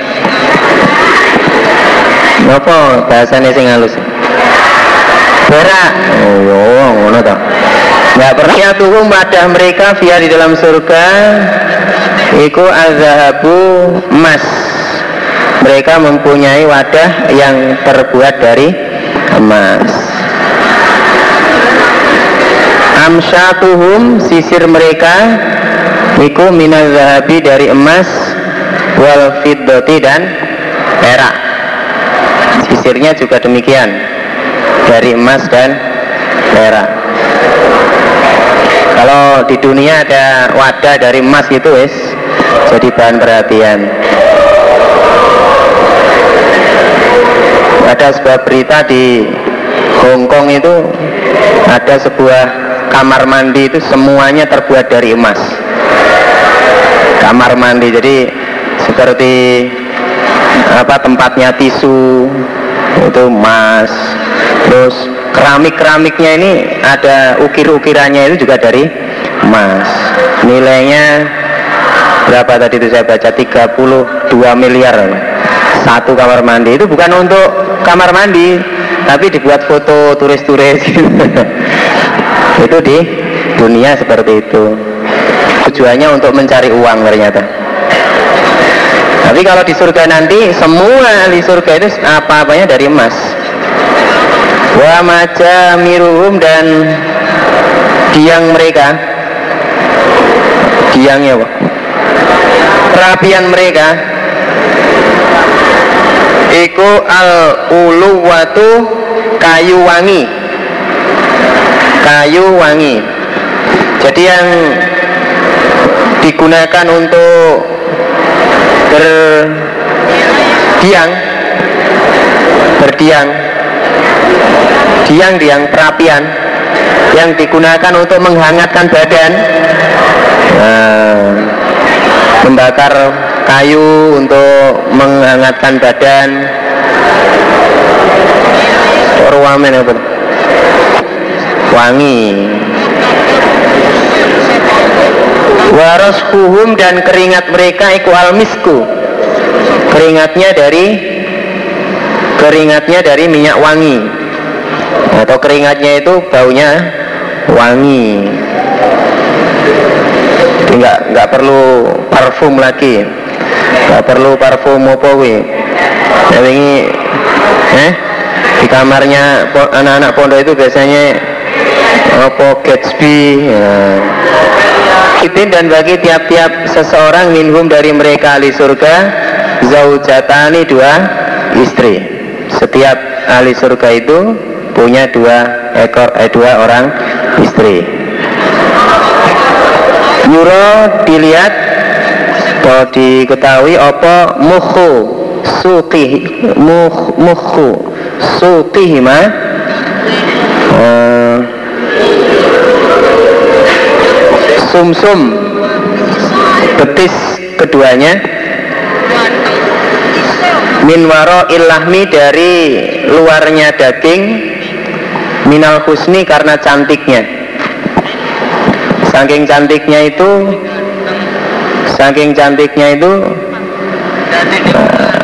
Napa bahasane sing halus? Berak. Oh, ngono to. Enggak pernah tuh madah mereka via di dalam surga iku azhabu emas. Mereka mempunyai wadah yang terbuat dari emas. Amsyatuhum, sisir mereka iku minaz zahabi, dari emas, wal fiddati, dan perak. Sisirnya juga demikian, dari emas dan perak. Kalau di dunia ada wadah dari emas itu wis jadi bahan perhatian. Ada sebuah berita di Hong Kong itu, ada sebuah kamar mandi itu semuanya terbuat dari emas. Kamar mandi, jadi seperti apa, tempatnya tisu itu emas. Terus keramik-keramiknya ini ada ukir-ukirannya itu juga dari emas. Nilainya berapa tadi itu saya baca, tiga puluh dua miliar satu kamar mandi. Itu bukan untuk kamar mandi, tapi dibuat foto turis-turis. Itu di dunia seperti itu. Tujuannya untuk mencari uang ternyata. Tapi kalau di surga nanti, semua di surga itu apa-apanya dari emas. Wa majamiruhum, dan tiang mereka, tiangnya Pak, perapian mereka iku al-uluwatu, kayu wangi, kayu wangi. Jadi yang digunakan untuk berdiang, berdiang diang-diang perapian yang digunakan untuk menghangatkan badan, nah, membakar kayu untuk menghangatkan badan. Orwamen apa? Wangi. Warashuhum, dan keringat mereka iku almisku, keringatnya dari keringatnya dari minyak wangi, atau keringatnya itu baunya wangi, nggak nggak perlu parfum lagi, nggak perlu parfum apa kuwi. Ini eh di kamarnya anak-anak pondok itu biasanya apa Gatsby ya. Kitin dan bagi tiap-tiap seseorang minhum dari mereka ahli surga zaujatani, dua istri. Setiap ahli surga itu punya dua ekor eh, dua orang istri. Yuro dilihat atau diketahui apa mukhu suqih mukh mukhu suqihima uh, sumsum betis keduanya min waro illahmi, dari luarnya daging, minal husni, karena cantiknya. Saking cantiknya itu saking cantiknya itu uh,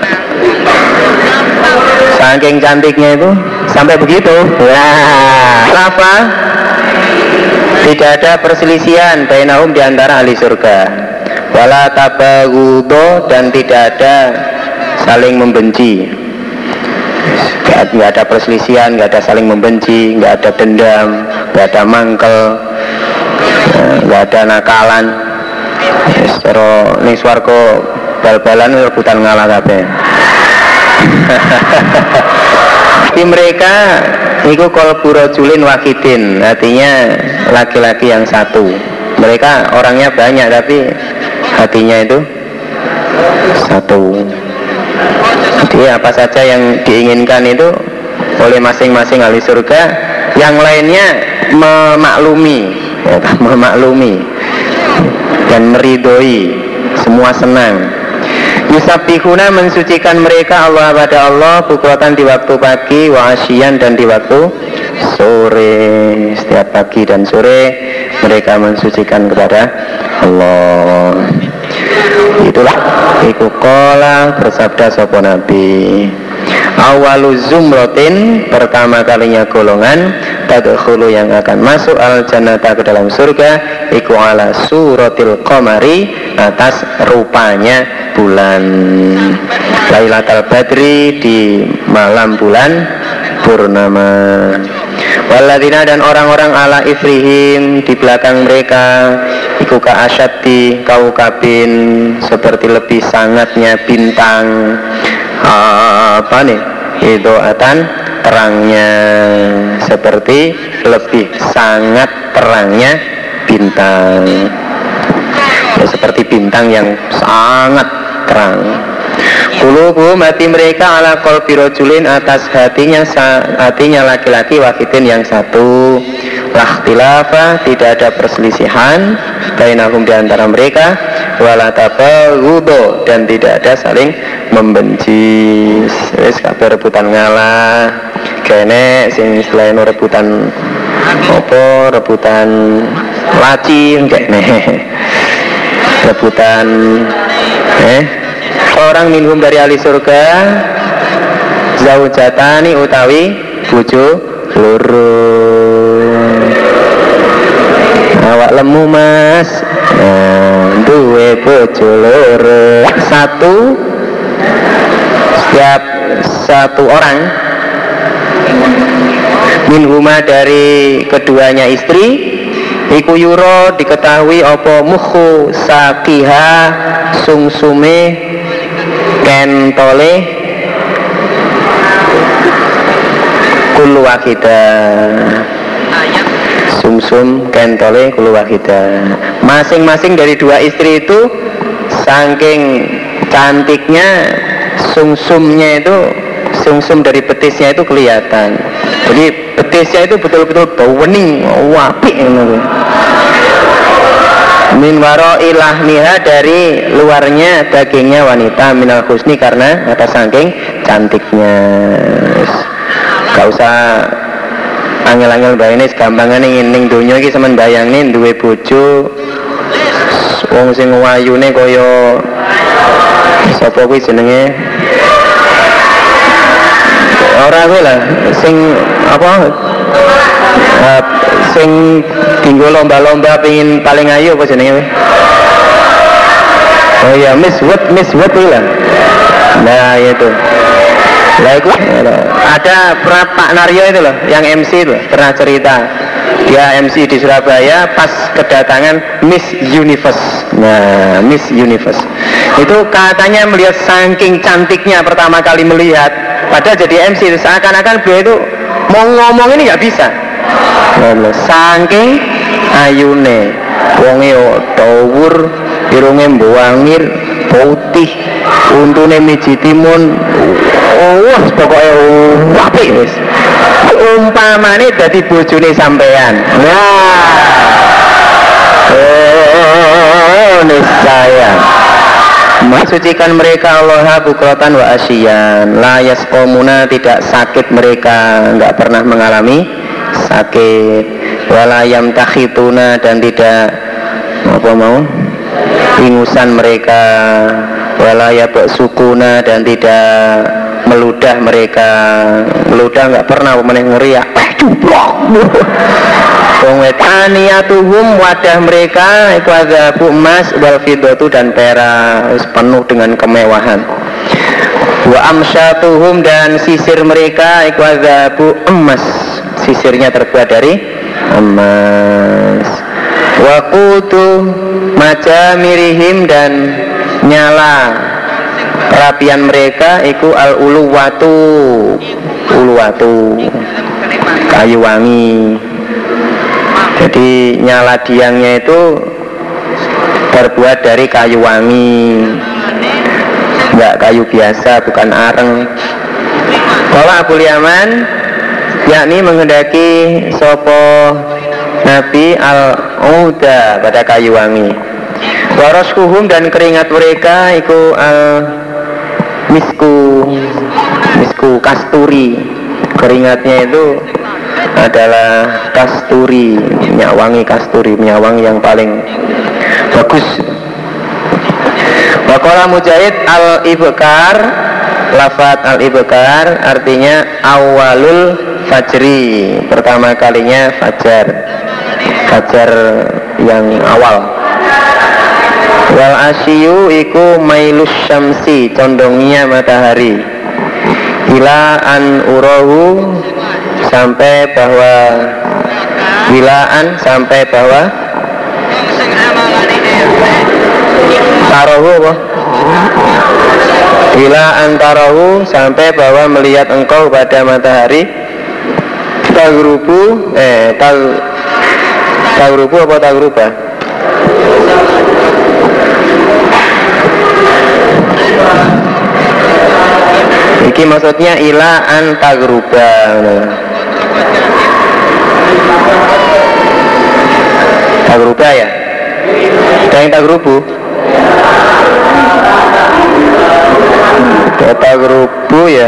saking cantiknya itu sampai begitu. Wah, apa? Tidak ada perselisihan bainahum di antara ahli surga. Wala tabaghudho, dan tidak ada saling membenci. Nggak ada perselisihan, nggak ada saling membenci, nggak ada dendam, nggak ada mangkel, nggak ada nakalan. Secara ning swarga bal-balan rebutan ngalah kabeh. Tapi mereka niku qalbu rajulin wahidin, artinya laki-laki yang satu. Mereka orangnya banyak tapi hatinya itu satu. Jadi apa saja yang diinginkan itu oleh masing-masing ahli surga, yang lainnya memaklumi, ya, memaklumi dan meridhoi, semua senang. Yusabbihuna, mensucikan mereka Allah pada Allah, bukratan di waktu pagi, wa asyian, dan di waktu sore. Setiap pagi dan sore mereka mensucikan kepada Allah. Itulah iku qala, bersabda sapa Nabi, awalu zumratin, pertama kalinya golongan, tadkhulu, yang akan masuk al jannata, ke dalam surga, iku ala suratil qamari, atas rupanya bulan, Lailatul Badri, di malam bulan purnama. Waladina, dan orang-orang ala ifrihim, di belakang mereka, iku ka asyaddi kaukabin, seperti lebih sangatnya bintang, apa nih, hidoatan, terangnya, seperti lebih sangat terangnya bintang, ya, seperti bintang yang sangat terang. Qulubuhum, hati mereka, ala qalbi rajulin, atas hatinya hatinya laki-laki, wahidin, yang satu. Lakhtilafa, tidak ada perselisihan bainahum, di antara mereka, wala tabaghudho, dan tidak ada saling membenci. Wis kabeh rebutan ngalah, kene sing selain rebutan apa, rebutan laci kene, rebutan eh orang minhum dari ahli surga zaujatani, utawi bojo loro. Awak lemu mas, nah, duwe bojo loro, satu setiap satu orang minhuma, dari keduanya istri, iku yuro, diketahui apa mukhu sakiha, sungsume kentole kulu wahidah, sumsum kentole kulu wahidah. Masing-masing dari dua istri itu saking cantiknya sumsumnya itu, sumsum dari betisnya itu kelihatan. Jadi betisnya itu betul-betul bau wening, apik ngono. Min waro ilahmiha, dari luarnya dagingnya wanita, minal husni, karena atas saking cantiknya. Gak usah angel-angel bayangin, gampangan ning ning donya iki sampean bayangin duwe bojo wong sing wayune kaya sapa kuwi jenenge, ora kuwi lah sing apa uh, sing tinggal lomba-lomba pengen paling ayu apa jenenge? Oh iya, Miss Wood, Miss Wood itu lah. Nah itu. Nah itu ada pernah Pak Naryo itu loh, yang M C itu pernah cerita. Dia M C di Surabaya pas kedatangan Miss Universe. Nah, Miss Universe itu katanya melihat saking cantiknya pertama kali melihat, padahal jadi M C seakan-akan beliau itu mau ngomong ini nggak bisa. Saking ayune, wonge dhawur, irunge mbowangir, putih, untune miji timun. Oh, pokoknya apik wis. Umpamane dadi bojone sampean. Nah. Oh, niscaya. Mensucikan mereka Allah bukratan wa asyian. La yasqomuna, tidak sakit mereka, enggak pernah mengalami sakit. Wala yamtakhituna, dan tidak apa mau ingusan mereka. Wala yabsukuna, dan tidak meludah mereka. Meludah nggak pernah, meneh ngeriak eh cuplok. Wetaniatuhum, wadah mereka itu ada bu emas wal fiddatu, dan perak, penuh dengan kemewahan. Wa amsyatuhum, dan sisir mereka itu ada bu emas, sisirnya terbuat dari emas. Wa qutu majamirihim, dan nyala perapian mereka iku al uluwatu, uluwatu kayu wangi. Jadi nyala diangnya itu terbuat dari kayu wangi, enggak kayu biasa, bukan areng. Kalau Abu Yaman yakni menghendaki sopo Nabi al-uda pada kayu wangi. Waraskuhum, dan keringat mereka iku al misku, misku kasturi. Keringatnya itu adalah kasturi, minyak wangi kasturi, minyak wangi yang paling bagus. Waqala Mujahid al-ibkar, lafaz al-ibkar artinya awalul fajri, pertama kalinya fajar, fajar yang awal. Wal asyiyu iku mailus syamsi, condongnya matahari. Ila an urahu, sampai bahwa wilaan, sampai bahwa tarohu apa? Ila antarahu, sampai bahwa melihat engkau pada matahari. Tagrubu eh tag tagrubu apa tagruba? Iki maksudnya ila an tagruba. Tagruba ya? Ada yang tagrubu? Ya, tagrubu ya.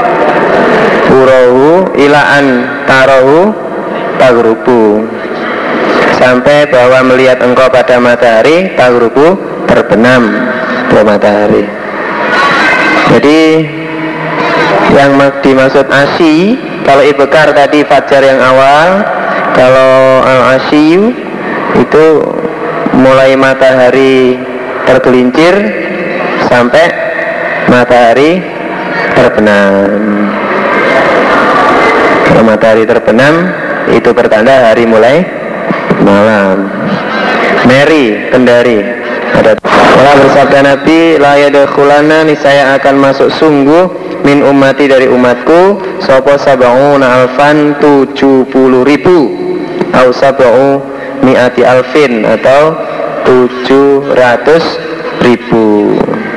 Urahu ilaan tarahu tagrubu, sampai bahwa melihat engkau pada matahari. Tagrubu, terbenam pada matahari. Jadi yang dimaksud asyi, kalau ibkar tadi fajar yang awal, kalau al-asyiyu itu mulai matahari tergelincir sampai matahari terbenam. Kalau matahari terbenam itu pertanda hari mulai malam. Mary, Kendari, ada Allah bersabda Nabi, la yadkhulana, niscaya akan masuk sungguh min ummati, dari umatku, sapa sab'una alfan, tujuh puluh ribu, au sab'u mi'ati alfin, atau tujuh ratus ribu.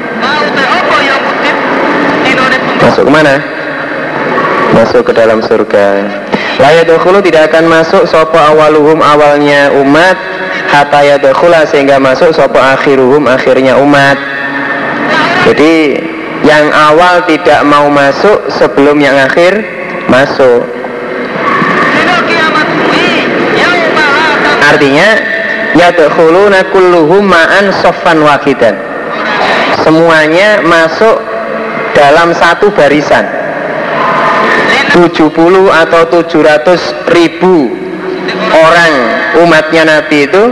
Masuk kemana? Masuk ke dalam surga. La yadkhulu, tidak akan masuk sapa awaluhum, awalnya umat, hatta yadkhula, sehingga masuk sapa akhiruhum, akhirnya umat. Jadi yang awal tidak mau masuk sebelum yang akhir masuk. Artinya yadkhuluna kulluhum ma'an saffan wahidan, semuanya masuk dalam satu barisan. tujuh puluh atau tujuh ratus ribu orang umatnya Nabi itu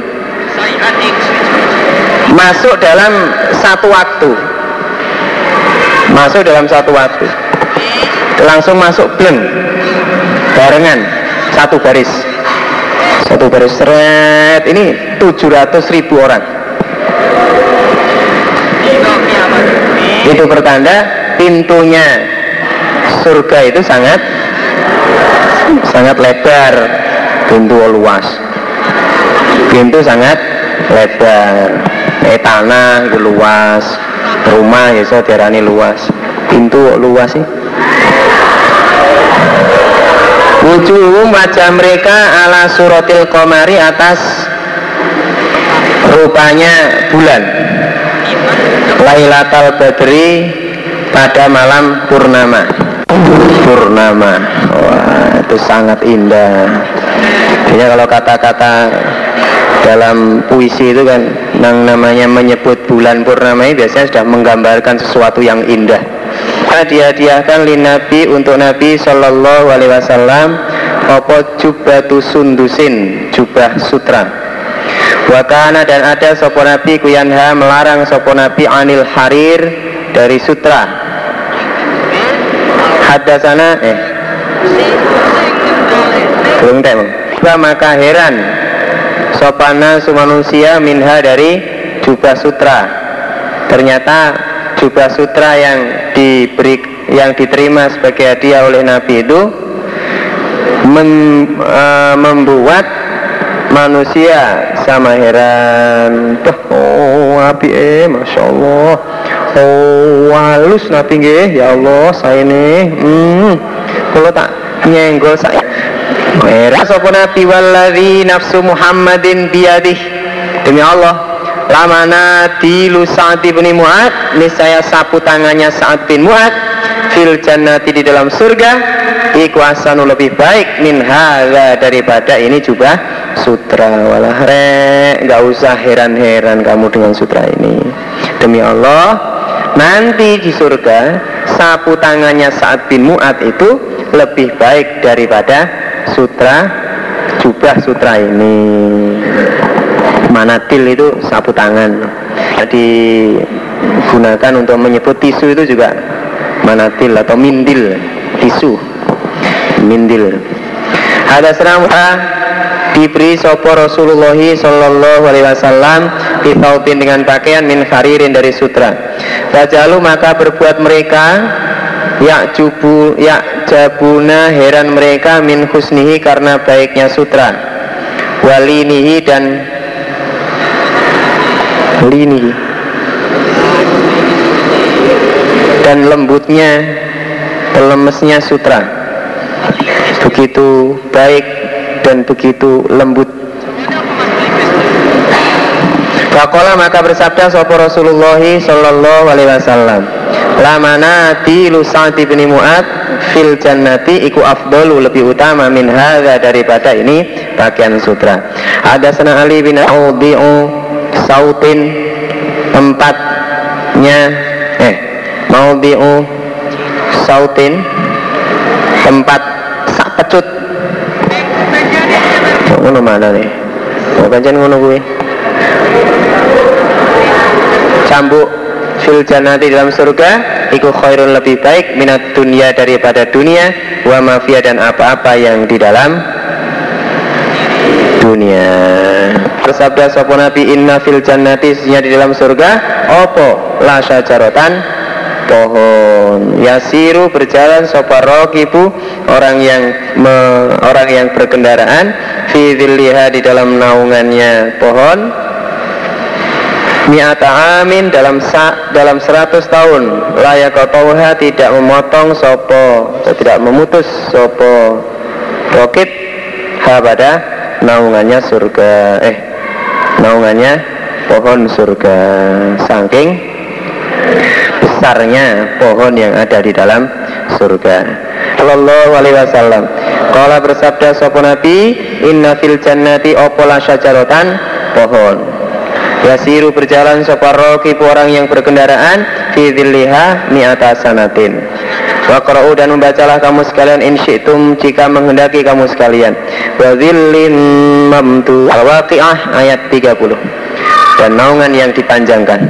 masuk dalam satu waktu, masuk dalam satu waktu, langsung masuk bleng, barengan, satu baris, satu baris seret. Ini tujuh ratus ribu orang. Itu pertanda pintunya surga itu sangat sangat lebar, pintu luas, pintu sangat lebar. Eh, tanah itu luas, rumah ya so diarani luas, pintu luas sih. Wujuhum, wajah mereka ala suratil qamari, atas rupanya bulan, Lailatul Badri, pada malam purnama. Purnama, wah itu sangat indah. Jadi kalau kata-kata dalam puisi itu kan yang namanya menyebut bulan purnama ini biasanya sudah menggambarkan sesuatu yang indah. Dihadiahkan li Nabi, untuk Nabi Sallallahu Alaihi Wasallam, apa jubbatu sundusin, jubah sutra. Wakana, dan ada sopo Nabi kuyanha, melarang sopo Nabi anil harir, dari sutra. Hadasana eh belum temu. Maka heran sopana sumanusia minha, dari jubah sutra. Ternyata jubah sutra yang diberi, yang diterima sebagai hadiah oleh Nabi itu mem, e, membuat manusia sama heran. Oh Nabi eh Masya Allah, oh halus Nabi nggih, ya Allah saya ini hmm, kalau tak nyenggol saya heran sapa Nabi. Walladzi nafsu Muhammadin biyadih, demi Allah, lamana dilu Sa'ad bin Mu'ad, niscaya sapu tangannya Sa'ad bin Mu'ad, fil jannati, di dalam surga, iku asanu, lebih baik, min hadza, daripada ini jubah sutra. Walah rek, gak usah heran-heran kamu dengan sutra ini. Demi Allah, nanti di surga sapu tangannya Sa'ad bin Mu'ad itu lebih baik daripada sutra, jubah sutra ini. Manatil itu sapu tangan, digunakan untuk menyebut tisu itu juga manatil atau mindil, tisu, mindil. Ada seramha diberi sopo Rasulullah Sallallahu Alaihi Wasallam bithaubin, dengan pakaian min kharirin, dari sutra. Fajalu, maka berbuat mereka yak jubu yak jabuna, heran mereka, min husnihi, karena baiknya sutra, walinihi, dan lini, dan lembutnya, lemesnya sutra, begitu baik dan begitu lembut. Faqala, maka bersabda sapa Rasulullah Sallallahu Alaihi Wasallam, lamana tilu Sa'ad bin Mu'ad fil jannati, iku afdalu, lebih utama, min hadza, daripada ini pakaian sutra. Ada sana Ali bin Audi'u sautin, tempatnya eh maudi'u sautin, tempat sak pecut. Ngono mana nih? Mau pancen ngono kuwi. Cambuk fil jannati, dalam surga, iku khairun, lebih baik, minat dunia, daripada dunia, wa mafia, dan apa-apa yang di dalam dunia. Bersabda sapa Nabi, inna fil jannati, sesungguhnya di dalam surga, opo la syajaratan, pohon, yasiru, berjalan, sapa raqibu, orang yang me, orang yang berkendaraan, fi dzilliha, di dalam naungannya pohon, mi'ata amin, dalam sa, dalam seratus tahun, layak qatauha, tidak memotong sopo, tidak memutus sopo raqib, ha, pada naungannya surga, eh naungannya pohon surga, saking besarnya pohon yang ada di dalam surga. Sallallahu Alaihi Wasallam. Qala, bersabda sapa Nabi, inna fil jannati, opola syajaratan, pohon, yasiru, berjalan, sapa raqib, orang yang berkendaraan, fi dzilliha mi'ata sanatin, Waqra'u dan membacalah kamu sekalian in syi'tum jika menghendaki kamu sekalian. Wa dhillin mamdu. Al-Waqi'ah ayat tiga puluh. Dan naungan yang dipanjangkan.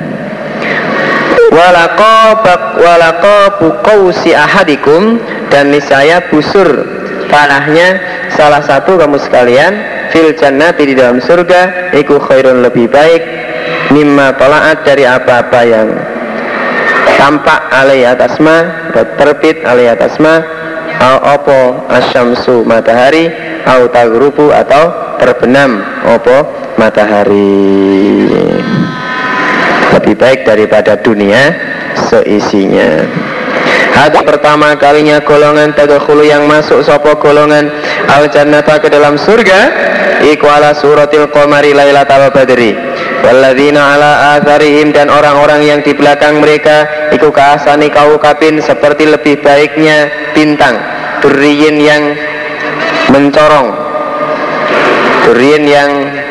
Walaqabak walaqabu qausi ahadikum, dan niscaya busur panahnya salah satu kamu sekalian fil jannati di dalam surga iku khairun lebih baik mimma tala'at dari apa-apa yang tampak alai atasma, terbit alai atasma, au opo asyamsu matahari, au tagrubu atau terbenam opo matahari. Lebih baik daripada dunia seisinya. Hadis pertama kalinya golongan tadkhulu yang masuk sopo golongan al jannata ke dalam surga iku ala suratil qamari lailatal badri walladzina ala atharihim, dan orang-orang yang di belakang mereka iku kaasani kaukabin seperti lebih baiknya bintang duriin yang mencorong, duriin yang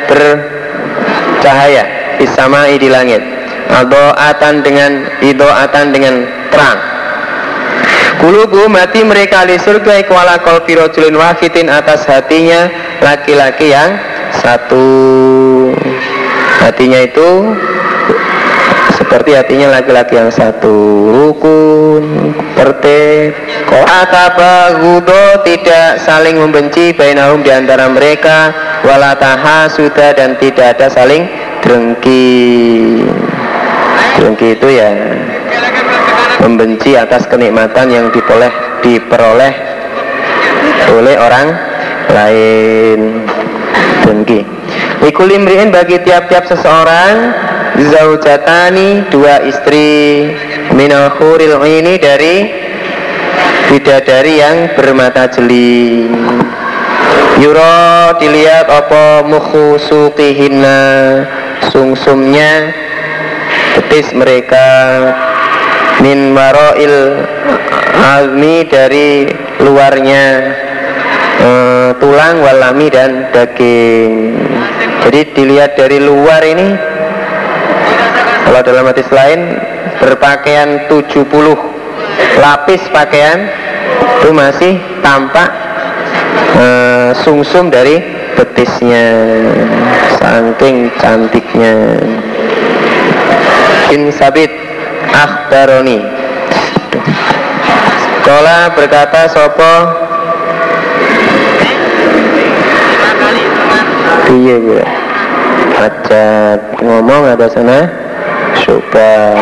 bercahaya bisamai di langit, adoatan dengan idoatan dengan terang. Kulubu mati mereka di surga iku ala qalbi rajulin wahidin, atas hatinya laki-laki yang satu. Hatinya itu seperti hatinya laki-laki yang satu, rukun, tertib. Atabagudo, tidak saling membenci, bainahum di antara mereka, walataha sudah, dan tidak ada saling dengki. Dengki itu ya membenci atas kenikmatan yang diperoleh diperoleh oleh orang lain. Dengki. Ikul imri'in, bagi tiap-tiap seseorang, zaujatani, dua istri, minal huril ini, dari bidadari yang bermata jeli. Yuro, dilihat apa mukhusuqihinna, sungsumnya betis mereka, min waroil almi, dari luarnya e, tulang, walami dan daging. Jadi dilihat dari luar ini, kalau dalam hadis lain berpakaian tujuh puluh lapis pakaian itu masih tampak e, sungsum dari betisnya, saking cantiknya. Bin Sabit akhbaroni, Kola berkata sopo iya gue ajat ngomong ada sana Syu'bah.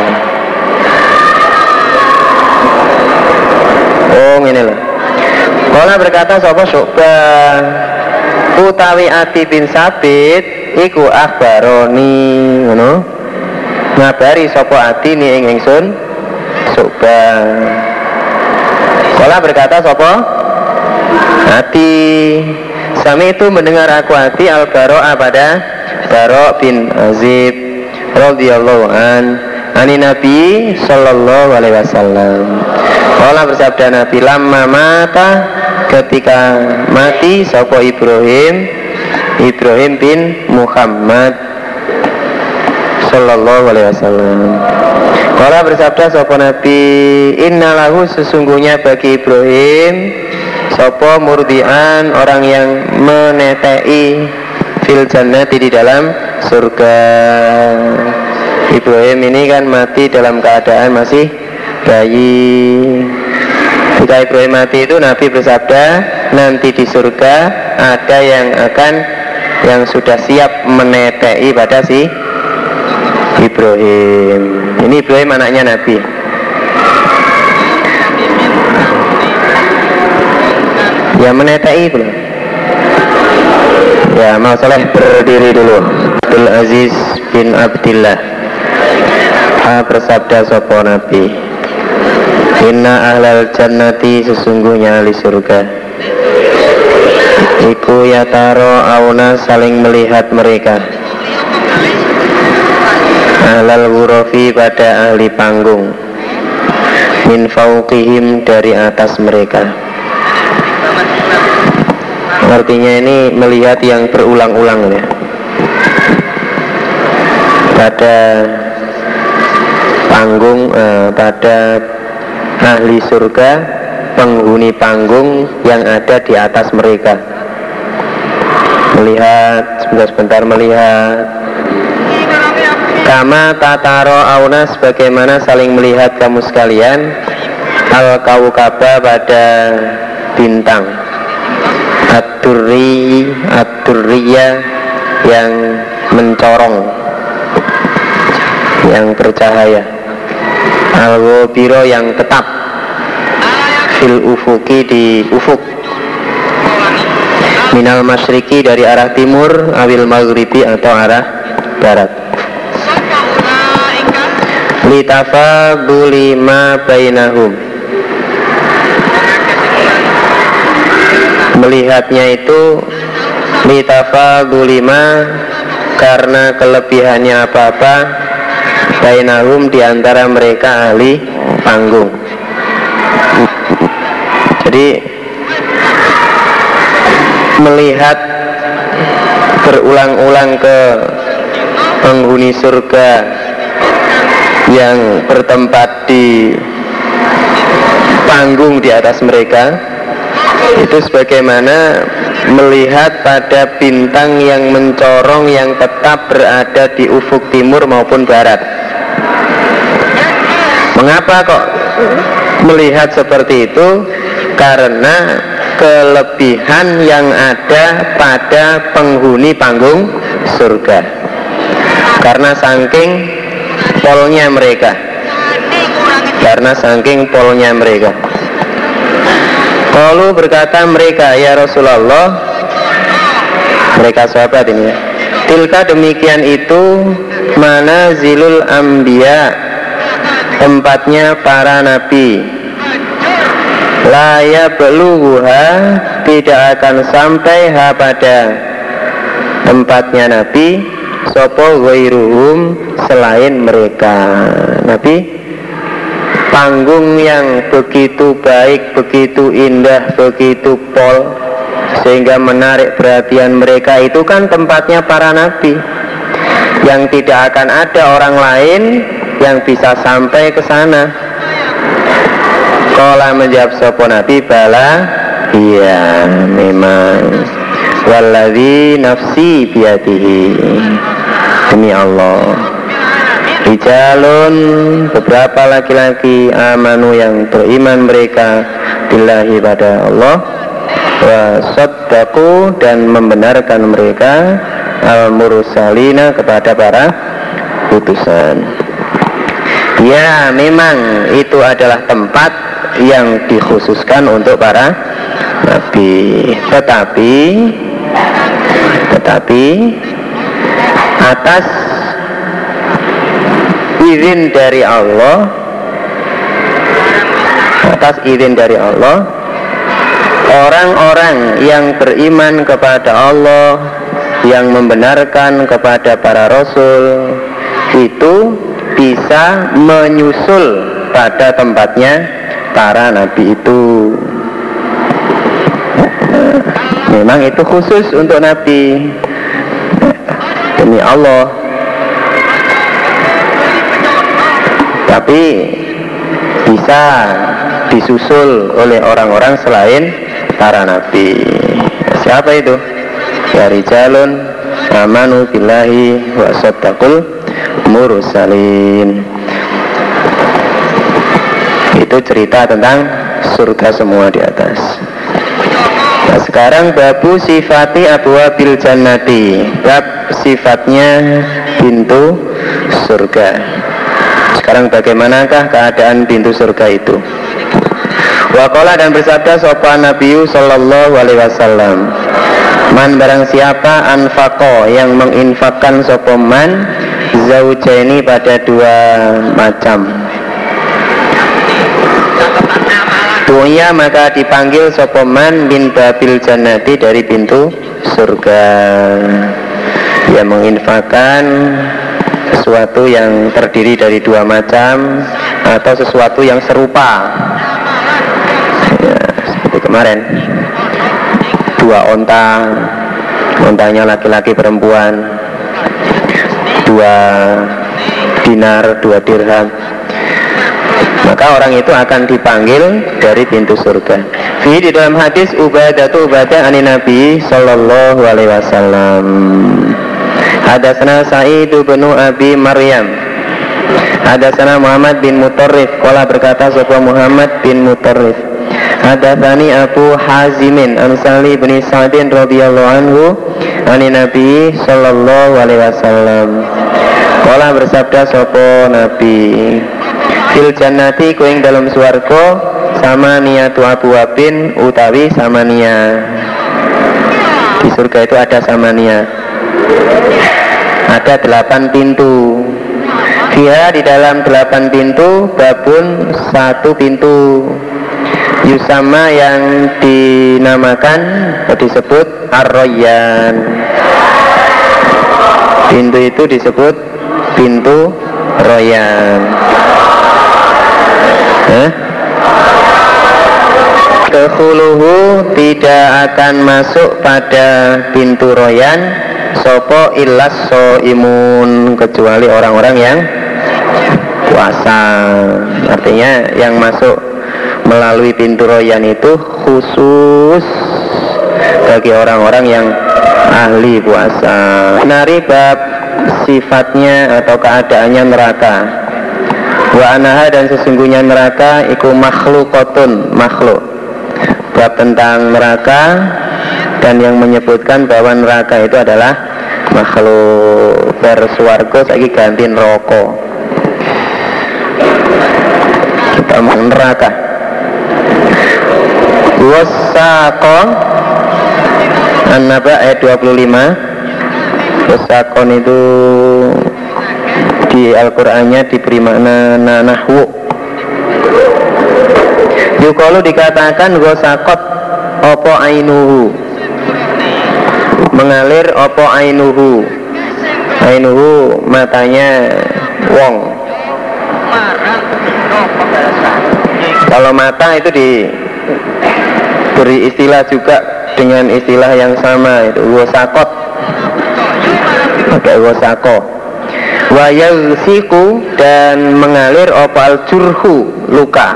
Oh ini loh. Kola berkata sopo Syu'bah utawi Ati bin Sabit iku akhbaroni, ngono, ngabari sopo Ati ni ing ingsun Syu'bah. Kola berkata sopo Ati, sami itu mendengar aku Ati al-Baro'a pada Baro' bin Azib radhiyallahu an ani Nabi sallallahu alaihi wasallam. Kola bersabda Nabi, lamma mata, ketika mati sopo Ibrahim Ibrahim bin Muhammad sallallahu alaihi wasallam. Kola bersabda sopo Nabi, innalahu, sesungguhnya bagi Ibrahim sopo murdian, orang yang menetei, fil jannati, di dalam surga. Ibrahim ini kan mati dalam keadaan masih bayi. Ketika Ibrahim mati itu Nabi bersabda, nanti di surga ada yang akan, yang sudah siap menetei pada si Ibrahim. Ini Ibrahim anaknya Nabi. Ya menetei belum? Ya mau soleh berdiri dulu. Abdul Aziz bin Abdillah ha bersabda sopo Nabi, inna ahlal jannati, sesungguhnya ahli surga iku yataro auna, saling melihat mereka, ahlal wurofi, pada ahli panggung, min fauqihim, dari atas mereka. Artinya ini melihat yang berulang-ulang ya. Pada panggung, eh, pada ahli surga, penghuni panggung yang ada di atas mereka. Melihat, sebentar-sebentar melihat. Kama tataro auna, sebagaimana saling melihat kamu sekalian, al kaukaba pada bintang, ad-durri ad-durriya yang mencorong, yang bercahaya, al-wabiro yang tetap, fil ufuki di ufuk, minal masyriki dari arah timur, awil maghribi atau arah barat. Litafaduli ma bainahum, melihatnya itu litafaduli ma, karena kelebihannya apa-apa, bainahum diantara mereka ahli panggung. Jadi melihat berulang-ulang ke penghuni surga yang bertempat di panggung di atas mereka, itu sebagaimana melihat pada bintang yang mencorong yang tetap berada di ufuk timur maupun barat. Mengapa kok melihat seperti itu? Karena kelebihan yang ada pada penghuni panggung surga, karena saking polnya mereka, karena saking polnya mereka. Qalu, berkata mereka, ya Rasulullah, mereka sahabat ini ya, tilka demikian itu manazilul anbiya, tempatnya para nabi, la yablughuha, tidak akan sampai ha pada tempatnya nabi, sopo ghairuhum, selain mereka. Nabi, panggung yang begitu baik, begitu indah, begitu pol, sehingga menarik perhatian mereka, itu kan tempatnya para nabi, yang tidak akan ada orang lain yang bisa sampai ke sana. Qala, menjawab sopo nabi, bala, iya memang, walladzi nafsi biyadihi, demi Allah, rijalun, beberapa laki-laki, amanu yang beriman mereka, billahi pada Allah, wa saddaqu, dan membenarkan mereka, al-mursalina, kepada para utusan. Ya memang itu adalah tempat yang dikhususkan untuk para nabi, tetapi tetapi atas izin dari Allah, atas izin dari Allah, orang-orang yang beriman kepada Allah, yang membenarkan kepada para rasul, itu bisa menyusul pada tempatnya para nabi itu. Memang itu khusus untuk nabi, demi Allah. Tapi bisa disusul oleh orang-orang selain para nabi. Siapa itu? Ya rijalun amanu billahi wa saddaqul mursalin. Itu cerita tentang surga semua di atas. Nah, sekarang babu sifati abwabil jannati, bab sifatnya pintu surga. Sekarang bagaimanakah keadaan pintu surga itu? Waqala, dan bersabda sopan Nabi sallallahu alaihi wasallam, man barang siapa anfaqo, yang menginfakkan sopoman, zaujaini, pada dua macam, dunia, maka dipanggil sopoman min babil jannati, dari pintu surga. Dia menginfakkan sesuatu yang terdiri dari dua macam, atau sesuatu yang serupa ya, seperti kemarin, dua onta, ontanya laki-laki perempuan, dua dinar, dua dirham. maka orang itu akan dipanggil dari pintu surga. Fi di dalam hadis Ubadah tu Ubadah ani Nabi sallallahu alaihi wasallam. Hadatsana Sa'id bin Abi Maryam. Hadatsana Muhammad bin Mutarrif. Qala berkata sapa Muhammad bin Mutarrif. Hadatsani Abu Hazimin an Sali bin Sa'din radhiyallahu anhu ani Nabi sallallahu alaihi wasallam. Qala bersabda sapa Nabi, fil jannati kuing dalam swarga sama niatu abwabin utawi samania. Di surga itu ada samania, ada delapan pintu. Fiha di dalam delapan pintu babun satu pintu. Yusama yang dinamakan atau disebut Ar-Rayyan. Pintu itu disebut pintu Rayyan. Eh? Kekhuluhu tidak akan masuk pada pintu Rayyan sopo illas soimun, kecuali orang-orang yang puasa. Artinya yang masuk melalui pintu Rayyan itu khusus bagi orang-orang yang ahli puasa. Nari bab sifatnya atau keadaannya neraka. Wa anaha dan sesungguhnya neraka iku makhlukotun, makhluk. Bab tentang neraka dan yang menyebutkan bahwa neraka itu adalah makhluk. Berswargo saiki ganti neraka. Kita mau neraka. Wasaqon An-Naba ayat dua puluh lima. Wasaqon itu di Al-Qur'annya diberi makna nahwu. Yukalu dikatakan wasaqot opo ainuhu, mengalir opo ainuhu. Ainuhu matanya wong. Kalau mata itu diberi istilah juga dengan istilah yang sama, itu wasaqot, pakai wasaqo. Wa yagsiku dan mengalir opal jurhu, luka.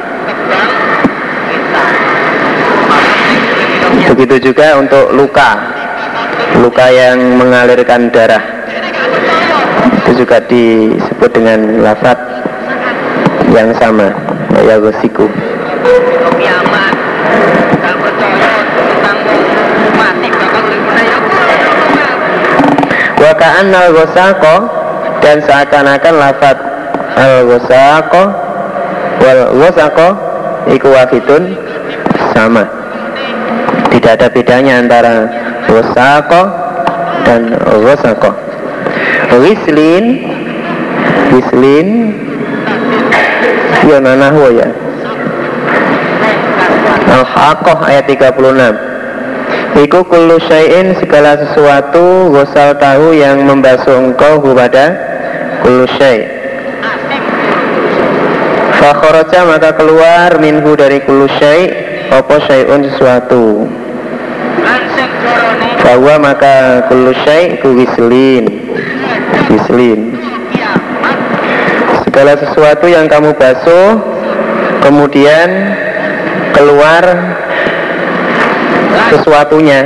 Begitu juga untuk luka, luka yang mengalirkan darah, itu juga disebut dengan lafaz yang sama, ya gosiku. Wakaan al-gosako dan seakan-akan lafaz al-gosako wal-gosako iku wafidun sama. Tidak ada bedanya antara gosako dan gosako. Wislin, wislin, ya nanahu ya. Al-Haqqah ayat tiga puluh enam. Iku kullu syai'in segala sesuatu gosal tahu yang membasuh engkau kepada kullu syai'. Fa kharaja maka keluar minhu dari kullu syai' apa syai'un sesuatu. Bahwa maka kullu syai' ku wislin, wislin. Segala sesuatu yang kamu basuh kemudian keluar sesuatunya,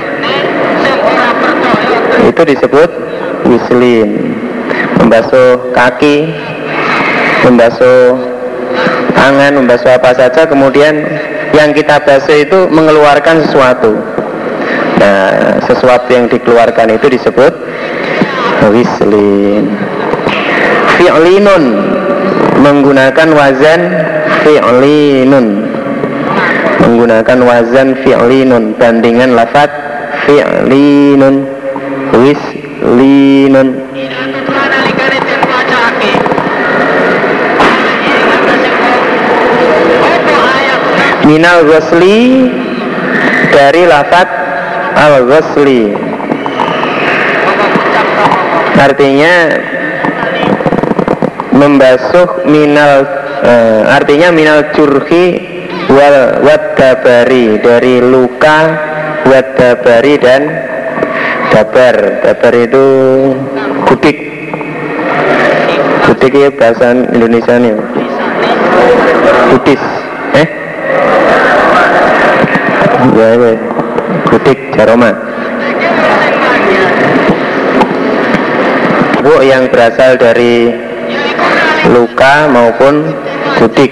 itu disebut wislin. Membasuh kaki, membasuh tangan, membasuh apa saja, kemudian yang kita basuh itu mengeluarkan sesuatu. Nah, sesuatu yang dikeluarkan itu disebut wislin. Fi'linun menggunakan wazan fi'linun, menggunakan wazan fi'linun, bandingan lafaz fi'linun, wislinun. Minal ghusli dari lafaz al-ghusli, artinya membasuh minal, eh, artinya minal jurhi wal wadabari, dari luka, wadabari dan dabar. Dabar itu gudik, gudik ya bahasa Indonesia nih. Budis, eh? Ya, ya. Budik Jaroma. Bu yang berasal dari luka maupun budik.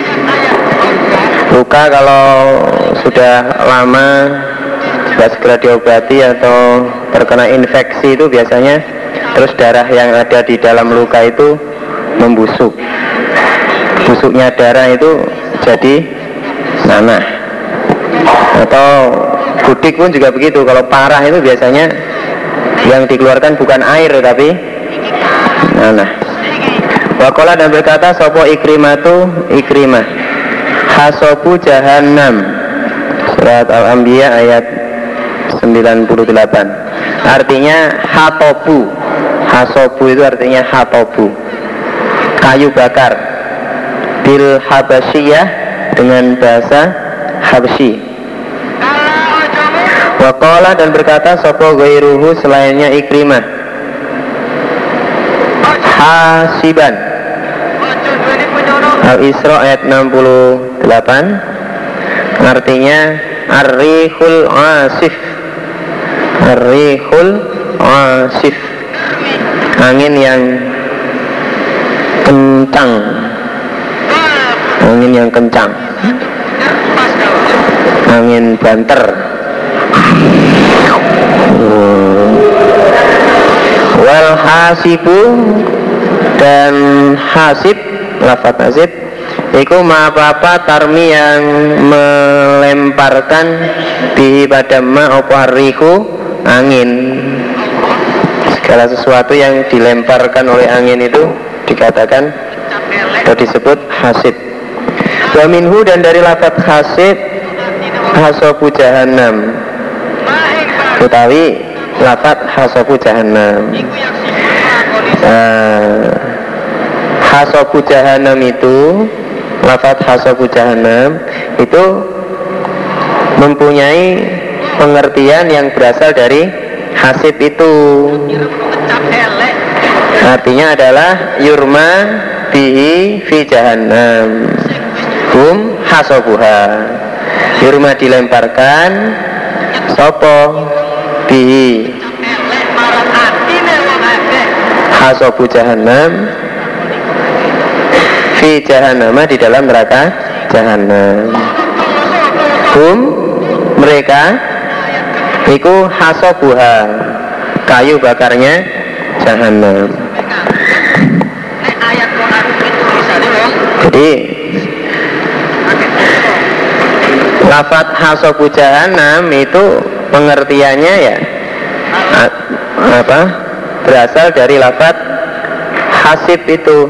Luka kalau sudah lama tidak segera diobati atau terkena infeksi itu biasanya terus darah yang ada di dalam luka itu membusuk. Busuknya darah itu jadi nanah. Atau budik pun juga begitu. Kalau parah itu biasanya yang dikeluarkan bukan air tapi nanah. Wakola dan berkata sopo ikrimatu ikrimah hasobu jahannam, surat Al-Anbiya ayat sembilan puluh delapan. Artinya hatobu. Hasobu itu artinya hatobu, kayu bakar. Bil habasyiyah, dengan bahasa Habsyi. Wakola dan berkata sopo ghairuhu, selainnya ikrimah, hasiban. Al-Isra ayat enam puluh delapan. Artinya ar-rihul asif. Ar-rihul asif, angin yang kencang. Angin yang kencang, angin banter. Wal hasibu, dan hasib, lafaz hasib iku ma apa tarmi yang melemparkan bihi pada ma apa rihu, angin. Segala sesuatu yang dilemparkan oleh angin itu dikatakan atau disebut hasib. Wa minhu, dan dari lafaz hasib hasobu jahannam, utawi lafaz hasobu jahannam. uh, Hasobu jahannam itu, lafaz hasobu jahannam itu mempunyai pengertian yang berasal dari hasib itu. Artinya adalah yurma bihi fi jahannam hum hasobuha. Yurma dilemparkan, sopo bihi hasobu jahannam fi jahannama, di dalam neraka jahannam. Hum, mereka, iku hasobuha, kayu bakarnya jahannam. Jadi lafaz hasobu jahannam itu pengertiannya ya apa, berasal dari lafaz hasib itu,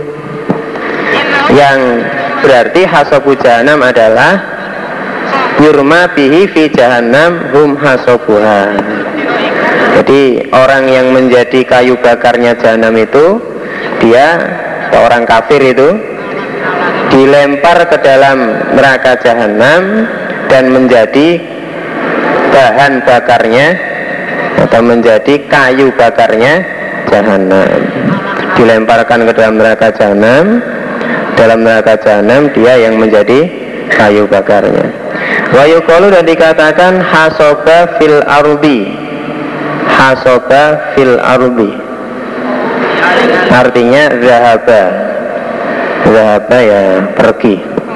yang berarti hasobu jahannam adalah yurma bihi fi jahannam hum hasobuha. Jadi orang yang menjadi kayu bakarnya jahannam itu, dia orang kafir itu dilempar ke dalam neraka jahannam dan menjadi bahan bakarnya atau menjadi kayu bakarnya jahannam. Dilemparkan ke dalam neraka jahannam, dalam neraka jahannam dia yang menjadi kayu bakarnya. Wa yuqalu, dan dikatakan hasoba fil ardi. Hasoba fil ardi artinya zahaba. Zahaba ya pergi.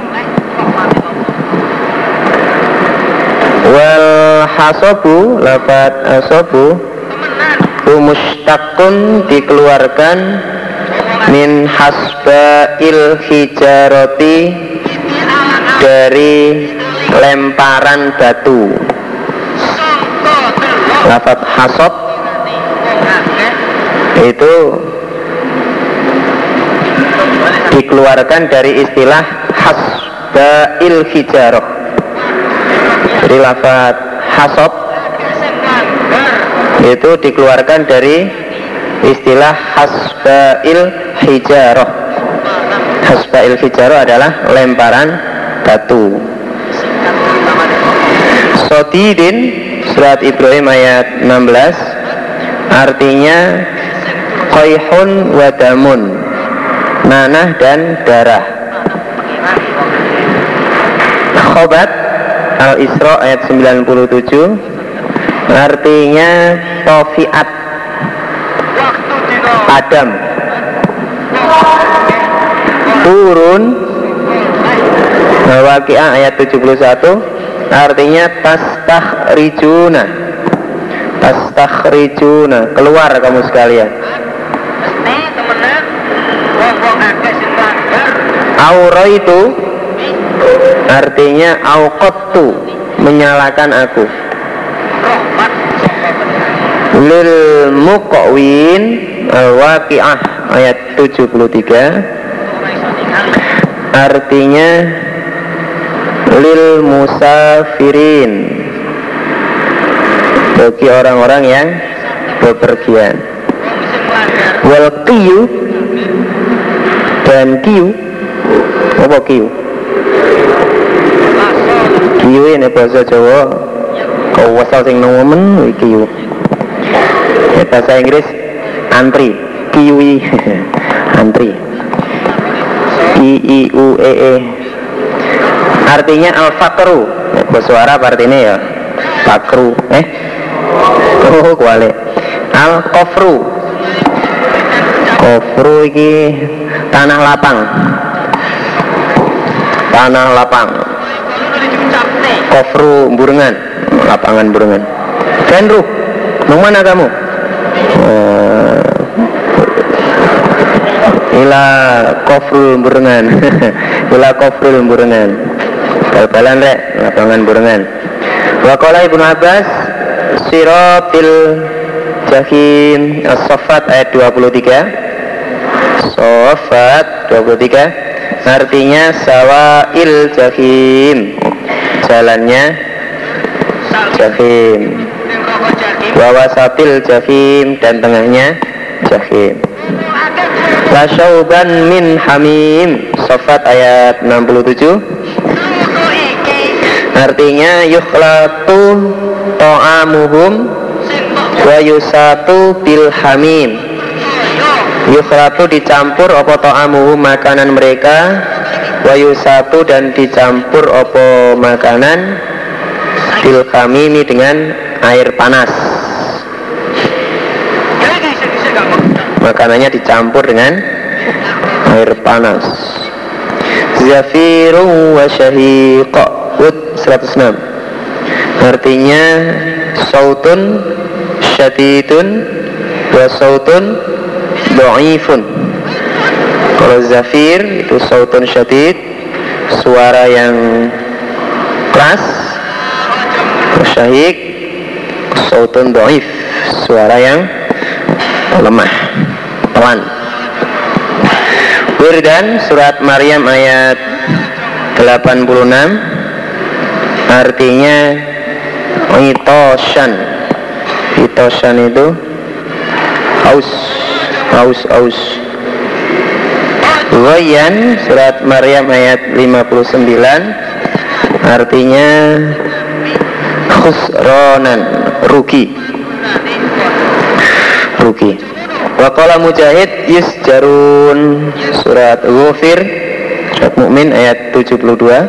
Wal hasobu, lafaz hasobu mustaqun, dikeluarkan min hasba'il hijarati, dari lemparan batu. Lafaz hasob itu dikeluarkan dari istilah hasba'il hijarah. Jadi lafaz hasob itu dikeluarkan dari istilah hasba'il hijarah. Hasba'il hijarah adalah lemparan batu. Sodidin, surat Ibrahim ayat enam belas, artinya qaihun wadamun, nanah dan darah. Khobat Al-Isra ayat sembilan puluh tujuh, artinya tofiat, padam. Turun Al-Waqi'ah ayat tujuh puluh satu, artinya tastakhrijuna, tastakhrijuna, keluar kamu sekalian. Aura itu artinya auqattu, menyalakan aku. Lil muqawin Al-Waqi'ah ayat tujuh puluh tiga, artinya lil musafirin, bagi orang-orang yang bepergian. Wal qiyu, dan qiyu, apa qiyu? Qiyu ini bahasa Jawa, kau wasal sing nomen qiyu. Ya, bahasa Inggris antri, kiwi, antri, I I U E E, artinya al-fakru. Ya, bahasa Arab artinya ya fakru, eh, oh kuali, al-kofru, kofru ini tanah lapang, tanah lapang, kofru burengan, lapangan burengan. Fenru, mau mana kamu? Uh, ila kofrul burengan, ila kofrul burengan, bal-balan rek, lapangan burengan. Waqala Ibnu Abbas siratil jahim, as-saffat ayat dua puluh tiga, saffat dua puluh tiga, artinya sawail jahim, jalannya jahim. Wawasatil jahim, dan tengahnya jahim. Lasyauban min hamim, Saffat ayat enam puluh tujuh, artinya yukhlatu ta'amuhum wa yusatu bil hamim. Yukhlatu dicampur apa ta'amuhum, makanan mereka, wa yusatu dan dicampur apa makanan, bil hamimi dengan air panas. Makanannya dicampur dengan air panas. Zafirun wa syahiqa, Hud seratus enam, artinya sautun syadidun wa sautun dhaifun. Kalau zafir itu sautun syadid, suara yang keras. Syahiq sautun dhaif, suara yang lemah, pelan. Wirdan surat Maryam ayat delapan puluh enam, artinya itoshan. Itoshan itu haus, haus, haus. Ghayyan surat Maryam ayat lima puluh sembilan, artinya khusronan, rugi, rugi. Waqala Mujahid yusjarun surat Ghafir, surat Mukmin ayat tujuh puluh dua,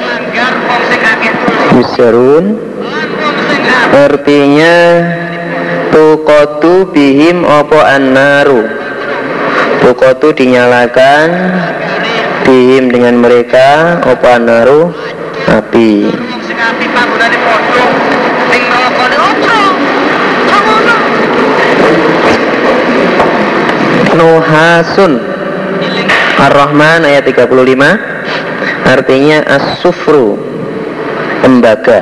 yusjarun artinya tuqatu bihim opo annaru, tuqatu dinyalakan, bihim dengan mereka, opo annaru api. Nuhasun Ar-Rahman ayat tiga puluh lima, artinya as-sufru, tembaga.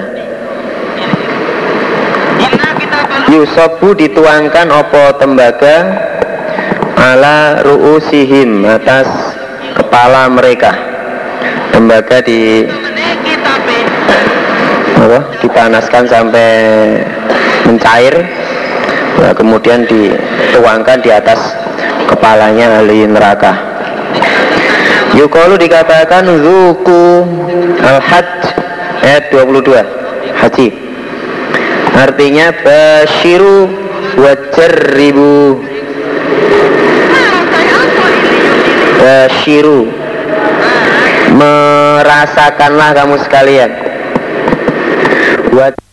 Yusobu dituangkan opo tembaga, ala ru'usihim, atas kepala mereka. Tembaga di apa, dipanaskan sampai mencair, nah, kemudian dituangkan di atas kepalanya ahli neraka. Yuqalu dikatakan zuku al-hajj ayat dua puluh dua, haji, artinya basyiru wajarribu. Basyiru Merasakanlah kamu sekalian. Buat